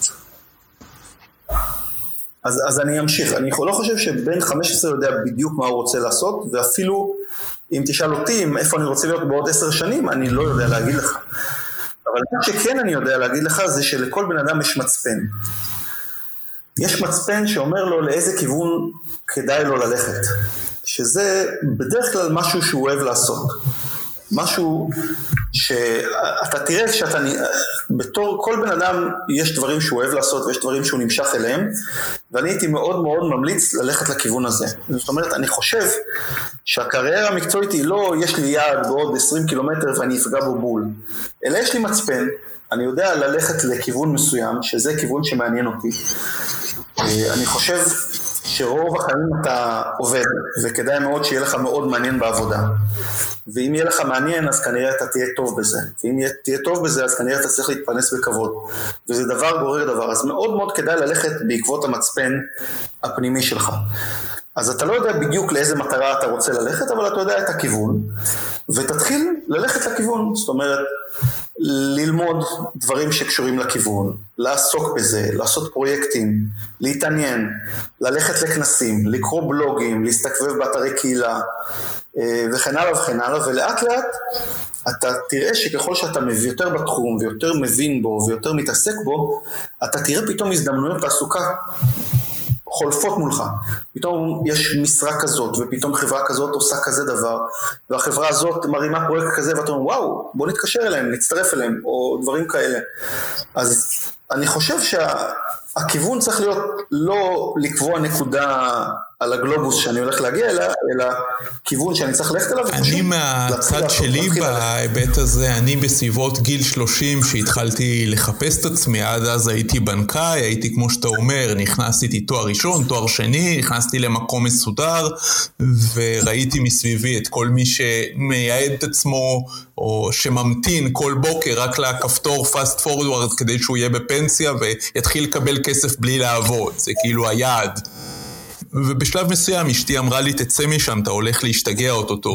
אז, אז אני אמשיך. אני לא חושב שבן חמש עשרה יודע בדיוק מה הוא רוצה לעשות, ואפילו אם תשאל אותי איפה אני רוצה להיות בעוד עשר שנים, אני לא יודע להגיד לך. אבל מה שכן אני יודע להגיד לך זה שלכל בן אדם יש מצפן. יש מצפן שאומר לו לאיזה כיוון כדאי לו ללכת, שזה בדרך כלל משהו שהוא אוהב לעשות. משהו שאתה תראה שאתה, בתור כל בן אדם יש דברים שהוא אוהב לעשות ויש דברים שהוא נמשך אליהם, ואני הייתי מאוד מאוד ממליץ ללכת לכיוון הזה. זאת אומרת, אני חושב שהקריירה המקצועית היא לא יש לי יעד בעוד עשרים קילומטר ואני אפגע בו בול, אלא יש לי מצפן, אני יודע ללכת לכיוון מסוים, שזה כיוון שמעניין אותי. אני חושב שרוב החיים אתה עובד, וכדאי מאוד שיהיה לך מאוד מעניין בעבודה. ואם יהיה לך מעניין, אז כנראה אתה תהיה טוב בזה. ואם תהיה טוב בזה, אז כנראה אתה צריך להתפרנס בכבוד. וזה דבר גורר דבר. אז מאוד מאוד כדאי ללכת בעקבות המצפן הפנימי שלך. אז אתה לא יודע בדיוק לאיזה מטרה אתה רוצה ללכת, אבל אתה יודע את הכיוון, ותתחיל ללכת לכיוון. זאת אומרת, ללמוד דברים שקשורים לכיוון, לעסוק בזה, לעשות פרויקטים, להתעניין, ללכת לכנסים, לקרוא בלוגים, להסתכבב באתרי קהילה, וכן הלאה וכן הלאה, ולאט לאט אתה תראה שככל שאתה יותר בתחום ויותר מבין בו ויותר מתעסק בו, אתה תראה פתאום הזדמנויות תעסוקה חולפות מולך. פתאום יש משרה כזאת, ופתאום חברה כזאת עושה כזה דבר, והחברה הזאת מרימה פרויקט כזה, ואתה אומר, וואו, בוא נתקשר אליהם, נצטרף אליהם, או דברים כאלה. אז אני חושב שהכיוון צריך להיות לא לקבוע נקודה על הגלובוס שאני הולך להגיע אליה, אלא כיוון שאני צריך ללכת אליו. אני מהצד שלי בהיבט הזה, אני בסביבות גיל שלושים שהתחלתי לחפש את עצמי, עד אז הייתי בנקאי, הייתי כמו שאתה אומר, נכנסתי איתי תואר ראשון, תואר שני, נכנסתי למקום מסודר, וראיתי מסביבי את כל מי שמייעד את עצמו, או שממתין כל בוקר רק לכפתור fast forward כדי שהוא יהיה בפנסיה, ויתחיל לקבל כסף בלי לעבוד, זה כאילו היעד. ובשלב מסוים אשתי אמרה לי, תצא משם, אתה הולך להשתגע אותו.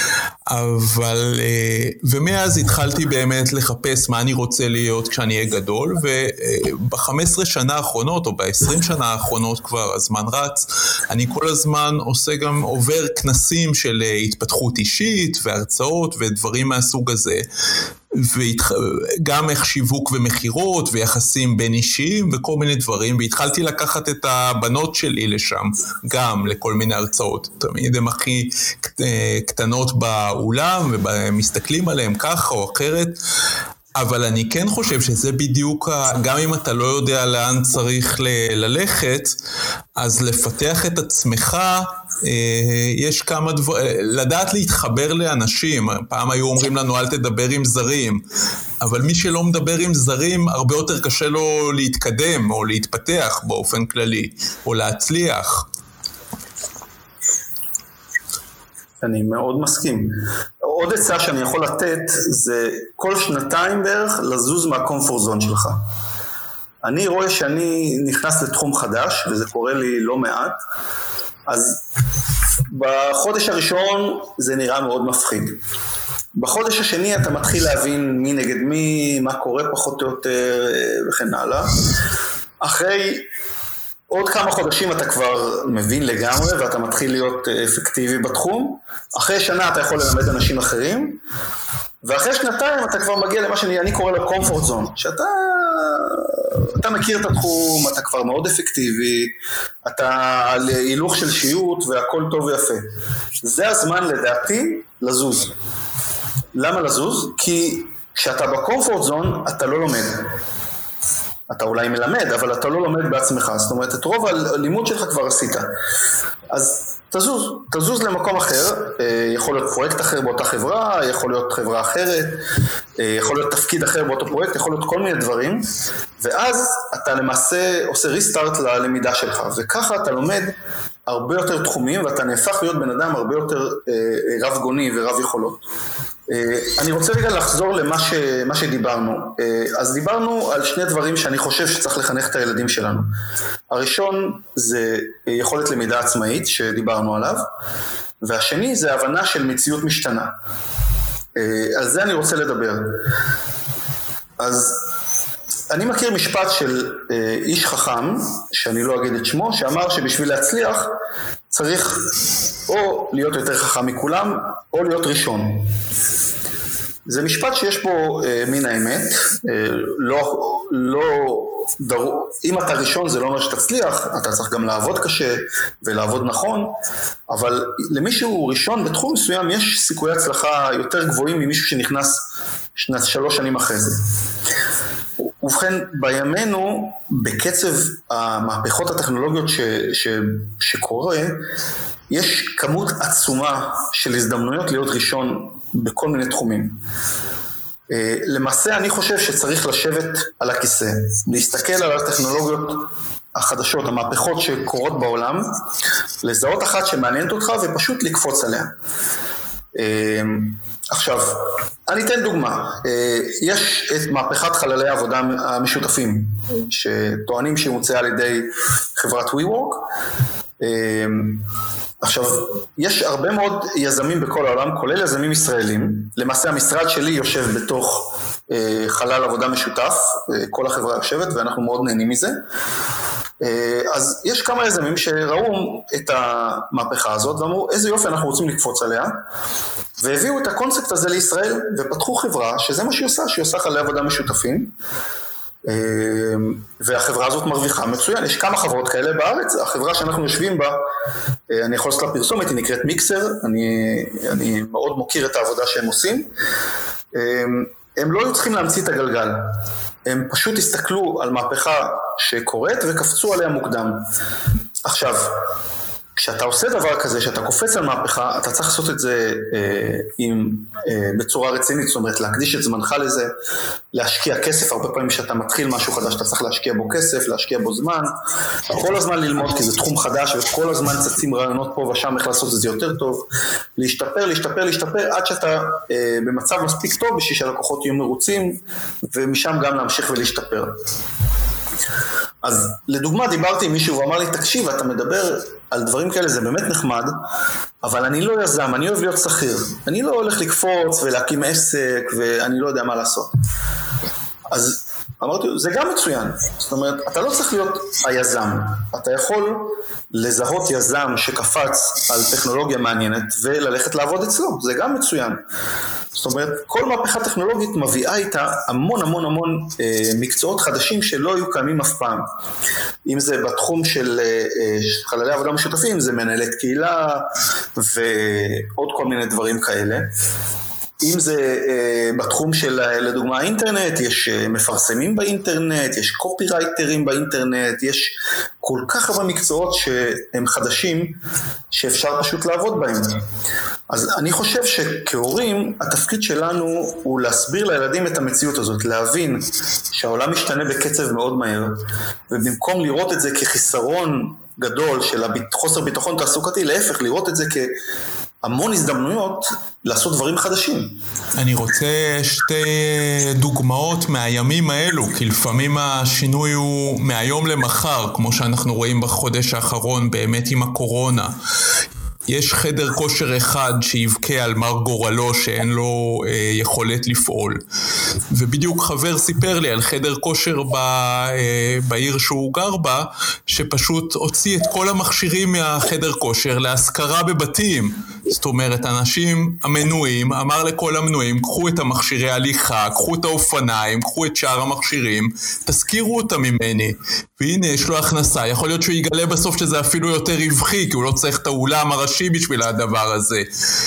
אבל, ומאז התחלתי באמת לחפש מה אני רוצה להיות כשאני אהיה גדול, וב-חמש עשרה שנה האחרונות, או ב-עשרים שנה האחרונות כבר, הזמן רץ, אני כל הזמן עושה גם, עובר כנסים של התפתחות אישית, והרצאות, ודברים מהסוג הזה. וגם איך שיווק ומחירות ויחסים בין אישיים וכל מיני דברים, והתחלתי לקחת את הבנות שלי לשם גם לכל מיני הרצאות, תמיד הן הכי קטנות באולם ומסתכלים עליהם ככה או אחרת, אבל אני כן חושב שזה בדיוק, גם אם אתה לא יודע לאן צריך ללכת, אז לפתח את עצמך, יש כמה דברים, לדעת להתחבר לאנשים, פעם היו אומרים לנו אל תדבר עם זרים, אבל מי שלא מדבר עם זרים, הרבה יותר קשה לו להתקדם או להתפתח באופן כללי, או להצליח. אני מאוד מסכים. עוד עצה שאני יכול לתת זה כל שנתיים בערך לזוז מהקומפורט זון שלך. אני רואה שאני נכנס לתחום חדש, וזה קורה לי לא מעט, אז בחודש הראשון זה נראה מאוד מפחיד. בחודש השני אתה מתחיל להבין מי נגד מי, מה קורה פחות או יותר וכן הלאה. אחרי עוד כמה חודשים אתה כבר מבין לגמרי ואתה מתחיל להיות אפקטיבי בתחום. אחרי שנה אתה יכול ללמד אנשים אחרים, ואחרי שנתיים אתה כבר מגיע למה שאני אני קורא לו קומפורט זון, שאתה אתה מכיר את התחום, אתה כבר מאוד אפקטיבי, אתה על הילוך של שיעות והכל טוב ויפה. זה הזמן לדעתי לזוז. למה לזוז? כי כשאתה בקומפורט זון אתה לא לומד. אתה אולי מלמד, אבל אתה לא לומד בעצמך. זאת אומרת, את רוב הלימוד שלך כבר עשית. אז תזוז, תזוז למקום אחר, יכול להיות פרויקט אחר באותה חברה, יכול להיות חברה אחרת, יכול להיות תפקיד אחר באותו פרויקט, יכול להיות כל מיני דברים, ואז אתה למעשה עושה ריסטארט ללמידה שלך, וככה אתה לומד הרבה יותר תחומים, ואתה נהפך להיות בן אדם הרבה יותר רב גוני ורב יכולות. אני רוצה רגע לחזור למה ש, מה שדיברנו. אז דיברנו על שני דברים שאני חושב שצריך לחנך את הילדים שלנו. הראשון זה יכולת למידה עצמאית שדיברנו עליו, והשני זה הבנה של מציאות משתנה. על זה אני רוצה לדבר. אז אני מכיר משפט של איש חכם, שאני לא אגיד את שמו, שאמר שבשביל להצליח צריך או להיות יותר חכם מכולם, או להיות ראשון. זה משפט שיש בו אה, מן האמת, אה, לא, לא דרו, אם אתה ראשון זה לא אומר שתצליח, אתה צריך גם לעבוד קשה ולעבוד נכון, אבל למישהו ראשון בתחום מסוים יש סיכויי הצלחה יותר גבוהים ממישהו שנכנס שנת שלוש שנים אחרי זה. ובכן, בימינו, בקצב המהפכות הטכנולוגיות ש, ש, שקורה, יש כמות עצומה של הזדמנויות להיות ראשון בכל מיני תחומים. למעשה אני חושב שצריך לשבת על הכיסא, להסתכל על הטכנולוגיות החדשות, המהפכות שקורות בעולם, לזהות אחת שמעניינת אותך ופשוט לקפוץ עליה. עכשיו, אני אתן דוגמה, יש את מהפכת חללי העבודה המשותפים, שטוענים שהיא מוצאה על ידי חברת WeWork, עכשיו, יש הרבה מאוד יזמים בכל העולם, כולל יזמים ישראלים, למעשה המשרד שלי יושב בתוך חלל עבודה משותף, כל החברה יושבת ואנחנו מאוד נהנים מזה, אז יש כמה יזמים שראו את המהפכה הזאת ואמרו איזה יופי אנחנו רוצים לקפוץ עליה, והביאו את הקונספט הזה לישראל ופתחו חברה שזה מה שהיא עושה, שהיא עושה חללי עבודה משותפים, והחברה הזאת מרוויחה מצוין. יש כמה חברות כאלה בארץ, החברה שאנחנו יושבים בה, אני יכול לעשות לה פרסומת, היא נקראת מיקסר, אני, אני מאוד מוקיר את העבודה שהם עושים, הם לא היו צריכים להמציא את הגלגל, הם פשוט הסתכלו על מהפכה שקורית וקפצו עליה מוקדם. עכשיו, כשאתה עושה דבר כזה, שאתה קופץ על מהפכה, אתה צריך לעשות את זה אה, עם, אה, בצורה רצינית, זאת אומרת, להקדיש את זמנך לזה, להשקיע כסף, הרבה פעמים שאתה מתחיל משהו חדש, אתה צריך להשקיע בו כסף, להשקיע בו זמן, כל הזמן ללמוד, כי זה תחום חדש, וכל הזמן צצים רעיונות פה ושם, איך לעשות את זה יותר טוב, להשתפר, להשתפר, להשתפר, עד שאתה אה, במצב מספיק טוב, בשביל שהלקוחות יהיו מרוצים, ומשם גם להמשיך ולהשתפר. אז לדוגמה דיברתי עם מישהו ואמר לי, תקשיב, אתה מדבר על דברים כאלה, זה באמת נחמד, אבל אני לא יזם, אני אוהב להיות שכיר, אני לא הולך לקפוץ ולהקים עסק ואני לא יודע מה לעשות. אז אמרתי, זה גם מצוין, זאת אומרת, אתה לא צריך להיות היזם, אתה יכול לזהות יזם שקפץ על טכנולוגיה מעניינת וללכת לעבוד אצלו, זה גם מצוין. זאת אומרת, כל מהפכה טכנולוגית מביאה איתה המון המון המון אה, מקצועות חדשים שלא היו קיימים אף פעם. אם זה בתחום של אה, חללי עבודה משותפים, זה מנהלת קהילה ועוד כל מיני דברים כאלה. אם זה uh, בתחום של, לדוגמה, האינטרנט, יש uh, מפרסמים באינטרנט, יש קופירייטרים באינטרנט, יש כל כך הרבה מקצועות שהם חדשים, שאפשר פשוט לעבוד בהם. אז אני חושב שכהורים, התפקיד שלנו הוא להסביר לילדים את המציאות הזאת, להבין שהעולם משתנה בקצב מאוד מהר, ובמקום לראות את זה כחיסרון גדול של חוסר ביטחון תעסוקתי, להפך, לראות את זה כ... המון הזדמנויות לעשות דברים חדשים. אני רוצה שתי דוגמאות מהימים האלו, כי לפעמים השינוי הוא מהיום למחר, כמו שאנחנו רואים בחודש האחרון באמת עם הקורונה. יש חדר כושר אחד שיבכה על מר גורלו שאין לו אה, יכולת לפעול. ובדיוק חבר סיפר לי על חדר כושר ב, אה, בעיר שהוא גר בה, שפשוט הוציא את כל המכשירים מהחדר כושר להשכרה בבתים. זאת אומרת, אנשים המנויים, אמר לכל המנויים, קחו את המכשירי הליכה, קחו את האופניים, קחו את שאר המכשירים, תזכירו אותם ממני. והנה, יש לו הכנסה. יכול להיות שהוא יגלה בסוף שזה אפילו יותר רווחי, כי הוא לא צריך את האולם הראשי בשביל הדבר הזה.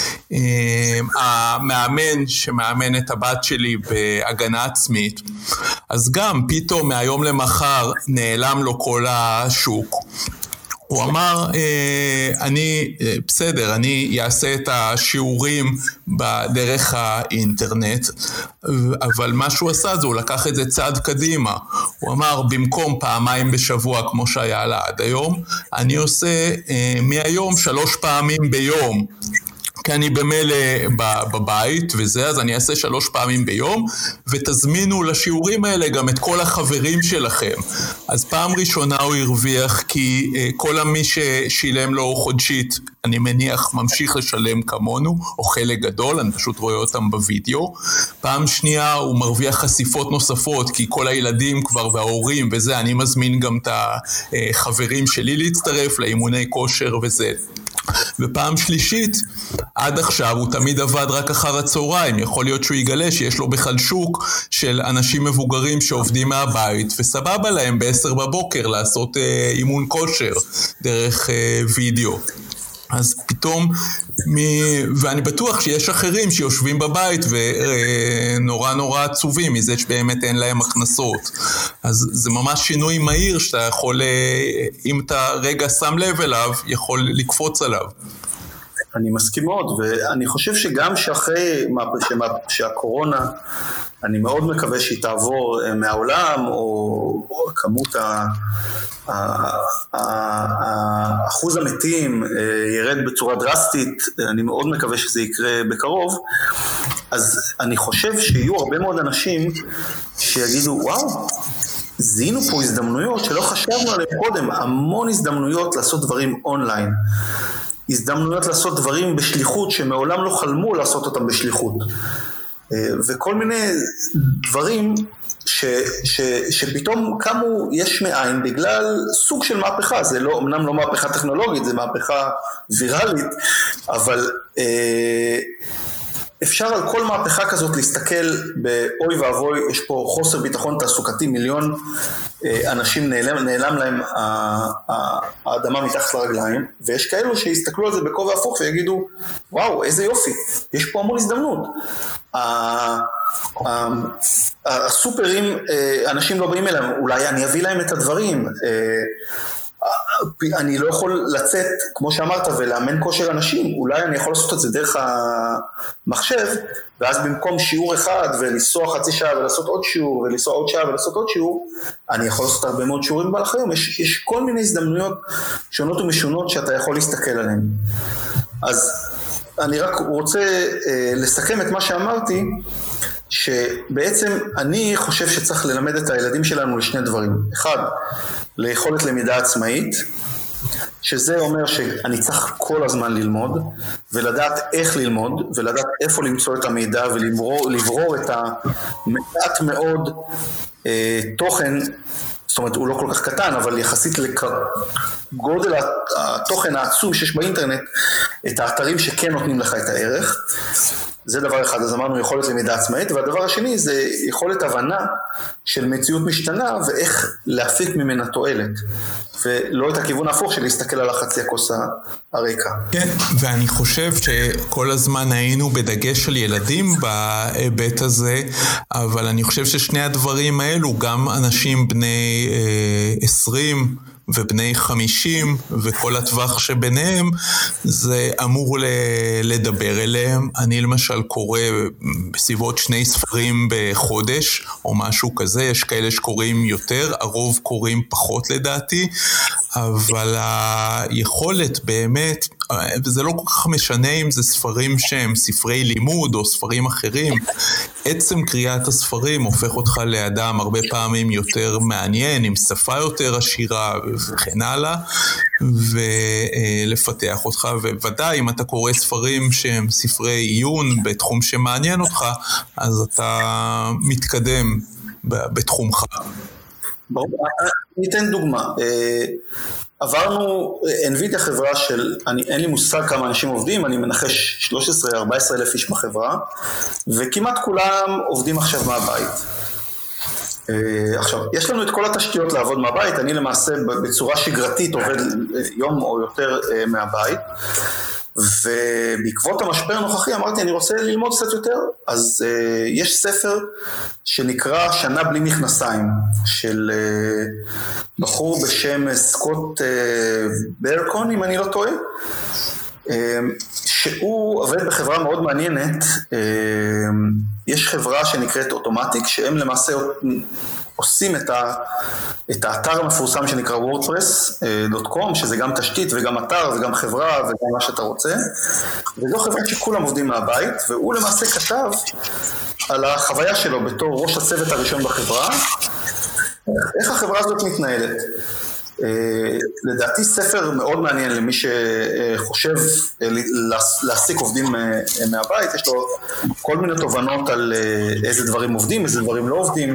המאמן שמאמן את הבת שלי בהגנה עצמית, אז גם פתאום מהיום למחר נעלם לו כל השוק. הוא אמר, אני, בסדר, אני אעשה את השיעורים בדרך האינטרנט, אבל מה שהוא עשה זה, הוא לקח את זה צעד קדימה. הוא אמר, במקום פעמיים בשבוע, כמו שהיה לה עד היום, אני עושה מהיום שלוש פעמים ביום. כי אני במילא בבית וזה, אז אני אעשה שלוש פעמים ביום, ותזמינו לשיעורים האלה גם את כל החברים שלכם. אז פעם ראשונה הוא הרוויח, כי כל מי ששילם לו חודשית, אני מניח ממשיך לשלם כמונו, או חלק גדול, אני פשוט רואה אותם בווידאו. פעם שנייה הוא מרוויח חשיפות נוספות, כי כל הילדים כבר וההורים וזה, אני מזמין גם את החברים שלי להצטרף לאימוני כושר וזה. ופעם שלישית, עד עכשיו הוא תמיד עבד רק אחר הצהריים, יכול להיות שהוא יגלה שיש לו בכלל שוק של אנשים מבוגרים שעובדים מהבית, וסבבה להם בעשר בבוקר לעשות אה, אימון כושר דרך אה, וידאו. אז פתאום, מ... ואני בטוח שיש אחרים שיושבים בבית ונורא נורא עצובים מזה שבאמת אין להם הכנסות. אז זה ממש שינוי מהיר שאתה יכול, אם אתה רגע שם לב אליו, יכול לקפוץ עליו. אני מסכים מאוד, ואני חושב שגם שאחרי שהקורונה, אני מאוד מקווה שהיא תעבור מהעולם, או, או כמות ה... האחוז המתים ירד בצורה דרסטית, אני מאוד מקווה שזה יקרה בקרוב, אז אני חושב שיהיו הרבה מאוד אנשים שיגידו, וואו, זיהינו פה הזדמנויות שלא חשבנו עליהם קודם, המון הזדמנויות לעשות דברים אונליין, הזדמנויות לעשות דברים בשליחות שמעולם לא חלמו לעשות אותם בשליחות, וכל מיני דברים ש, ש, שפתאום קמו יש מאין בגלל סוג של מהפכה, זה לא, אמנם לא מהפכה טכנולוגית, זה מהפכה ויראלית, אבל אה, אפשר על כל מהפכה כזאת להסתכל באוי ואבוי, יש פה חוסר ביטחון תעסוקתי, מיליון אה, אנשים נעלם, נעלם להם האדמה מתחת לרגליים, ויש כאלו שיסתכלו על זה בכובע הפוך ויגידו, וואו, איזה יופי, יש פה המון הזדמנות. הסופרים, אנשים לא באים אליהם, אולי אני אביא להם את הדברים, אני לא יכול לצאת, כמו שאמרת, ולאמן כושר אנשים, אולי אני יכול לעשות את זה דרך המחשב, ואז במקום שיעור אחד, ולנסוע חצי שעה ולעשות עוד שיעור, ולנסוע עוד שעה ולעשות עוד שיעור, אני יכול לעשות הרבה מאוד שיעורים במהלך היום, יש, יש כל מיני הזדמנויות שונות ומשונות שאתה יכול להסתכל עליהן. אז אני רק רוצה אה, לסכם את מה שאמרתי, שבעצם אני חושב שצריך ללמד את הילדים שלנו לשני דברים. אחד, ליכולת למידה עצמאית, שזה אומר שאני צריך כל הזמן ללמוד, ולדעת איך ללמוד, ולדעת איפה למצוא את המידע, ולברור את המעט מאוד אה, תוכן, זאת אומרת הוא לא כל כך קטן, אבל יחסית לגודל התוכן העצום שיש באינטרנט, את האתרים שכן נותנים לך את הערך. זה דבר אחד, אז אמרנו יכולת למידה עצמאית, והדבר השני זה יכולת הבנה של מציאות משתנה, ואיך להפיק ממנה תועלת, ולא את הכיוון ההפוך של להסתכל על החצי הכוס הריקה. כן, ואני חושב שכל הזמן היינו בדגש על ילדים בהיבט הזה, אבל אני חושב ששני הדברים האלו, גם אנשים בני עשרים, ובני חמישים וכל הטווח שביניהם, זה אמור לדבר אליהם. אני למשל קורא בסביבות שני ספרים בחודש, או משהו כזה, יש כאלה שקוראים יותר, הרוב קוראים פחות לדעתי, אבל היכולת באמת, וזה לא כל כך משנה אם זה ספרים שהם ספרי לימוד או ספרים אחרים, עצם קריאת הספרים הופך אותך לאדם הרבה פעמים יותר מעניין, עם שפה יותר עשירה וכן הלאה, ולפתח אותך, וודאי אם אתה קורא ספרים שהם ספרי עיון בתחום שמעניין אותך, אז אתה מתקדם בתחומך. ברור, ניתן דוגמה. עברנו, NVIDIA חברה של, אני, אין לי מושג כמה אנשים עובדים, אני מנחש שלוש עשרה ארבע עשרה אלף איש בחברה, וכמעט כולם עובדים עכשיו מהבית. עכשיו, יש לנו את כל התשתיות לעבוד מהבית, אני למעשה בצורה שגרתית עובד יום או יותר מהבית, ובעקבות המשבר הנוכחי אמרתי אני רוצה ללמוד קצת יותר, אז uh, יש ספר שנקרא שנה בלי מכנסיים של uh, בחור בשם סקוט uh, ברקון אם אני לא טועה, uh, שהוא עובד בחברה מאוד מעניינת. uh, יש חברה שנקראת אוטומטיק שהם למעשה עושים את, ה, את האתר המפורסם שנקרא וורדפרס דוט קום, שזה גם תשתית וגם אתר וגם חברה וגם מה שאתה רוצה, וזו חברה שכולם עובדים מהבית, והוא למעשה כתב על החוויה שלו בתור ראש הצוות הראשון בחברה, איך החברה הזאת מתנהלת. לדעתי ספר מאוד מעניין למי שחושב להעסיק עובדים מהבית, יש לו כל מיני תובנות על איזה דברים עובדים, איזה דברים לא עובדים,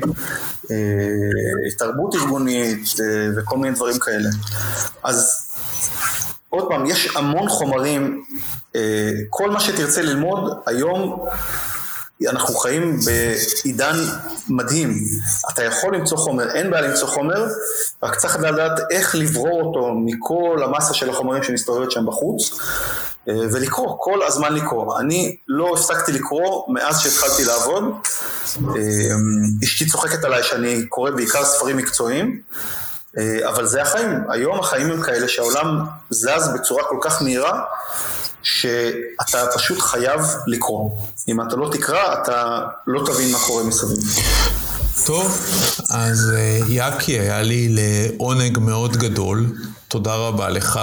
תרבות ארגונית וכל מיני דברים כאלה. אז עוד פעם, יש המון חומרים, כל מה שתרצה ללמוד, היום אנחנו חיים בעידן מדהים, אתה יכול למצוא חומר, אין בעיה למצוא חומר, רק צריך לדעת איך לברור אותו מכל המסה של החומרים שמסתובבת שם בחוץ, ולקרוא, כל הזמן לקרוא. אני לא הפסקתי לקרוא מאז שהתחלתי לעבוד, אשתי צוחקת עליי שאני קורא בעיקר ספרים מקצועיים, אבל זה החיים, היום החיים הם כאלה שהעולם זז בצורה כל כך מהירה, שאתה פשוט חייב לקרוא. אם אתה לא תקרא, אתה לא תבין מה קורה מסביב. טוב, אז יקי, היה לי לעונג מאוד גדול, תודה רבה לך,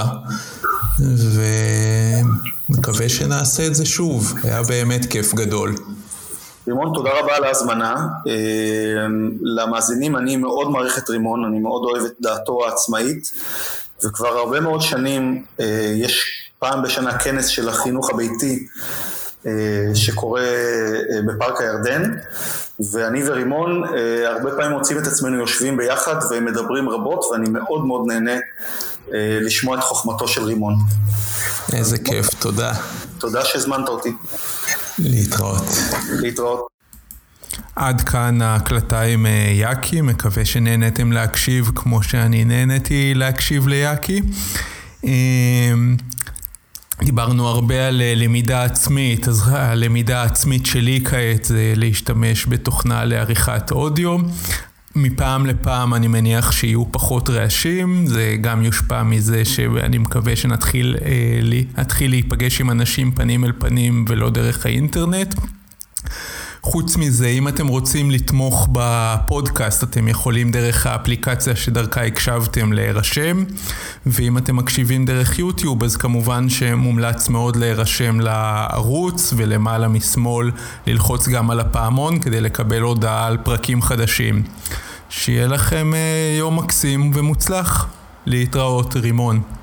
ומקווה שנעשה את זה שוב, היה באמת כיף גדול. רימון, תודה רבה על ההזמנה. למאזינים, אני מאוד מעריך את רימון, אני מאוד אוהב את דעתו העצמאית, וכבר הרבה מאוד שנים יש פעם בשנה כנס של החינוך הביתי שקורה בפארק הירדן, ואני ורימון הרבה פעמים מוצאים את עצמנו יושבים ביחד ומדברים רבות, ואני מאוד מאוד נהנה לשמוע את חוכמתו של רימון. איזה כיף, תודה. תודה שהזמנת אותי. להתראות. להתראות. עד כאן ההקלטה עם יקי, מקווה שנהנתם להקשיב כמו שאני נהניתי להקשיב ליקי. דיברנו הרבה על למידה עצמית, אז הלמידה העצמית שלי כעת זה להשתמש בתוכנה לעריכת אודיו. מפעם לפעם אני מניח שיהיו פחות רעשים, זה גם יושפע מזה שאני מקווה שנתחיל להתחיל להיפגש עם אנשים פנים אל פנים ולא דרך האינטרנט. חוץ מזה, אם אתם רוצים לתמוך בפודקאסט, אתם יכולים דרך האפליקציה שדרכה הקשבתם להירשם, ואם אתם מקשיבים דרך יוטיוב, אז כמובן שמומלץ מאוד להירשם לערוץ, ולמעלה משמאל ללחוץ גם על הפעמון, כדי לקבל הודעה על פרקים חדשים. שיהיה לכם יום מקסים ומוצלח. להתראות, רימון.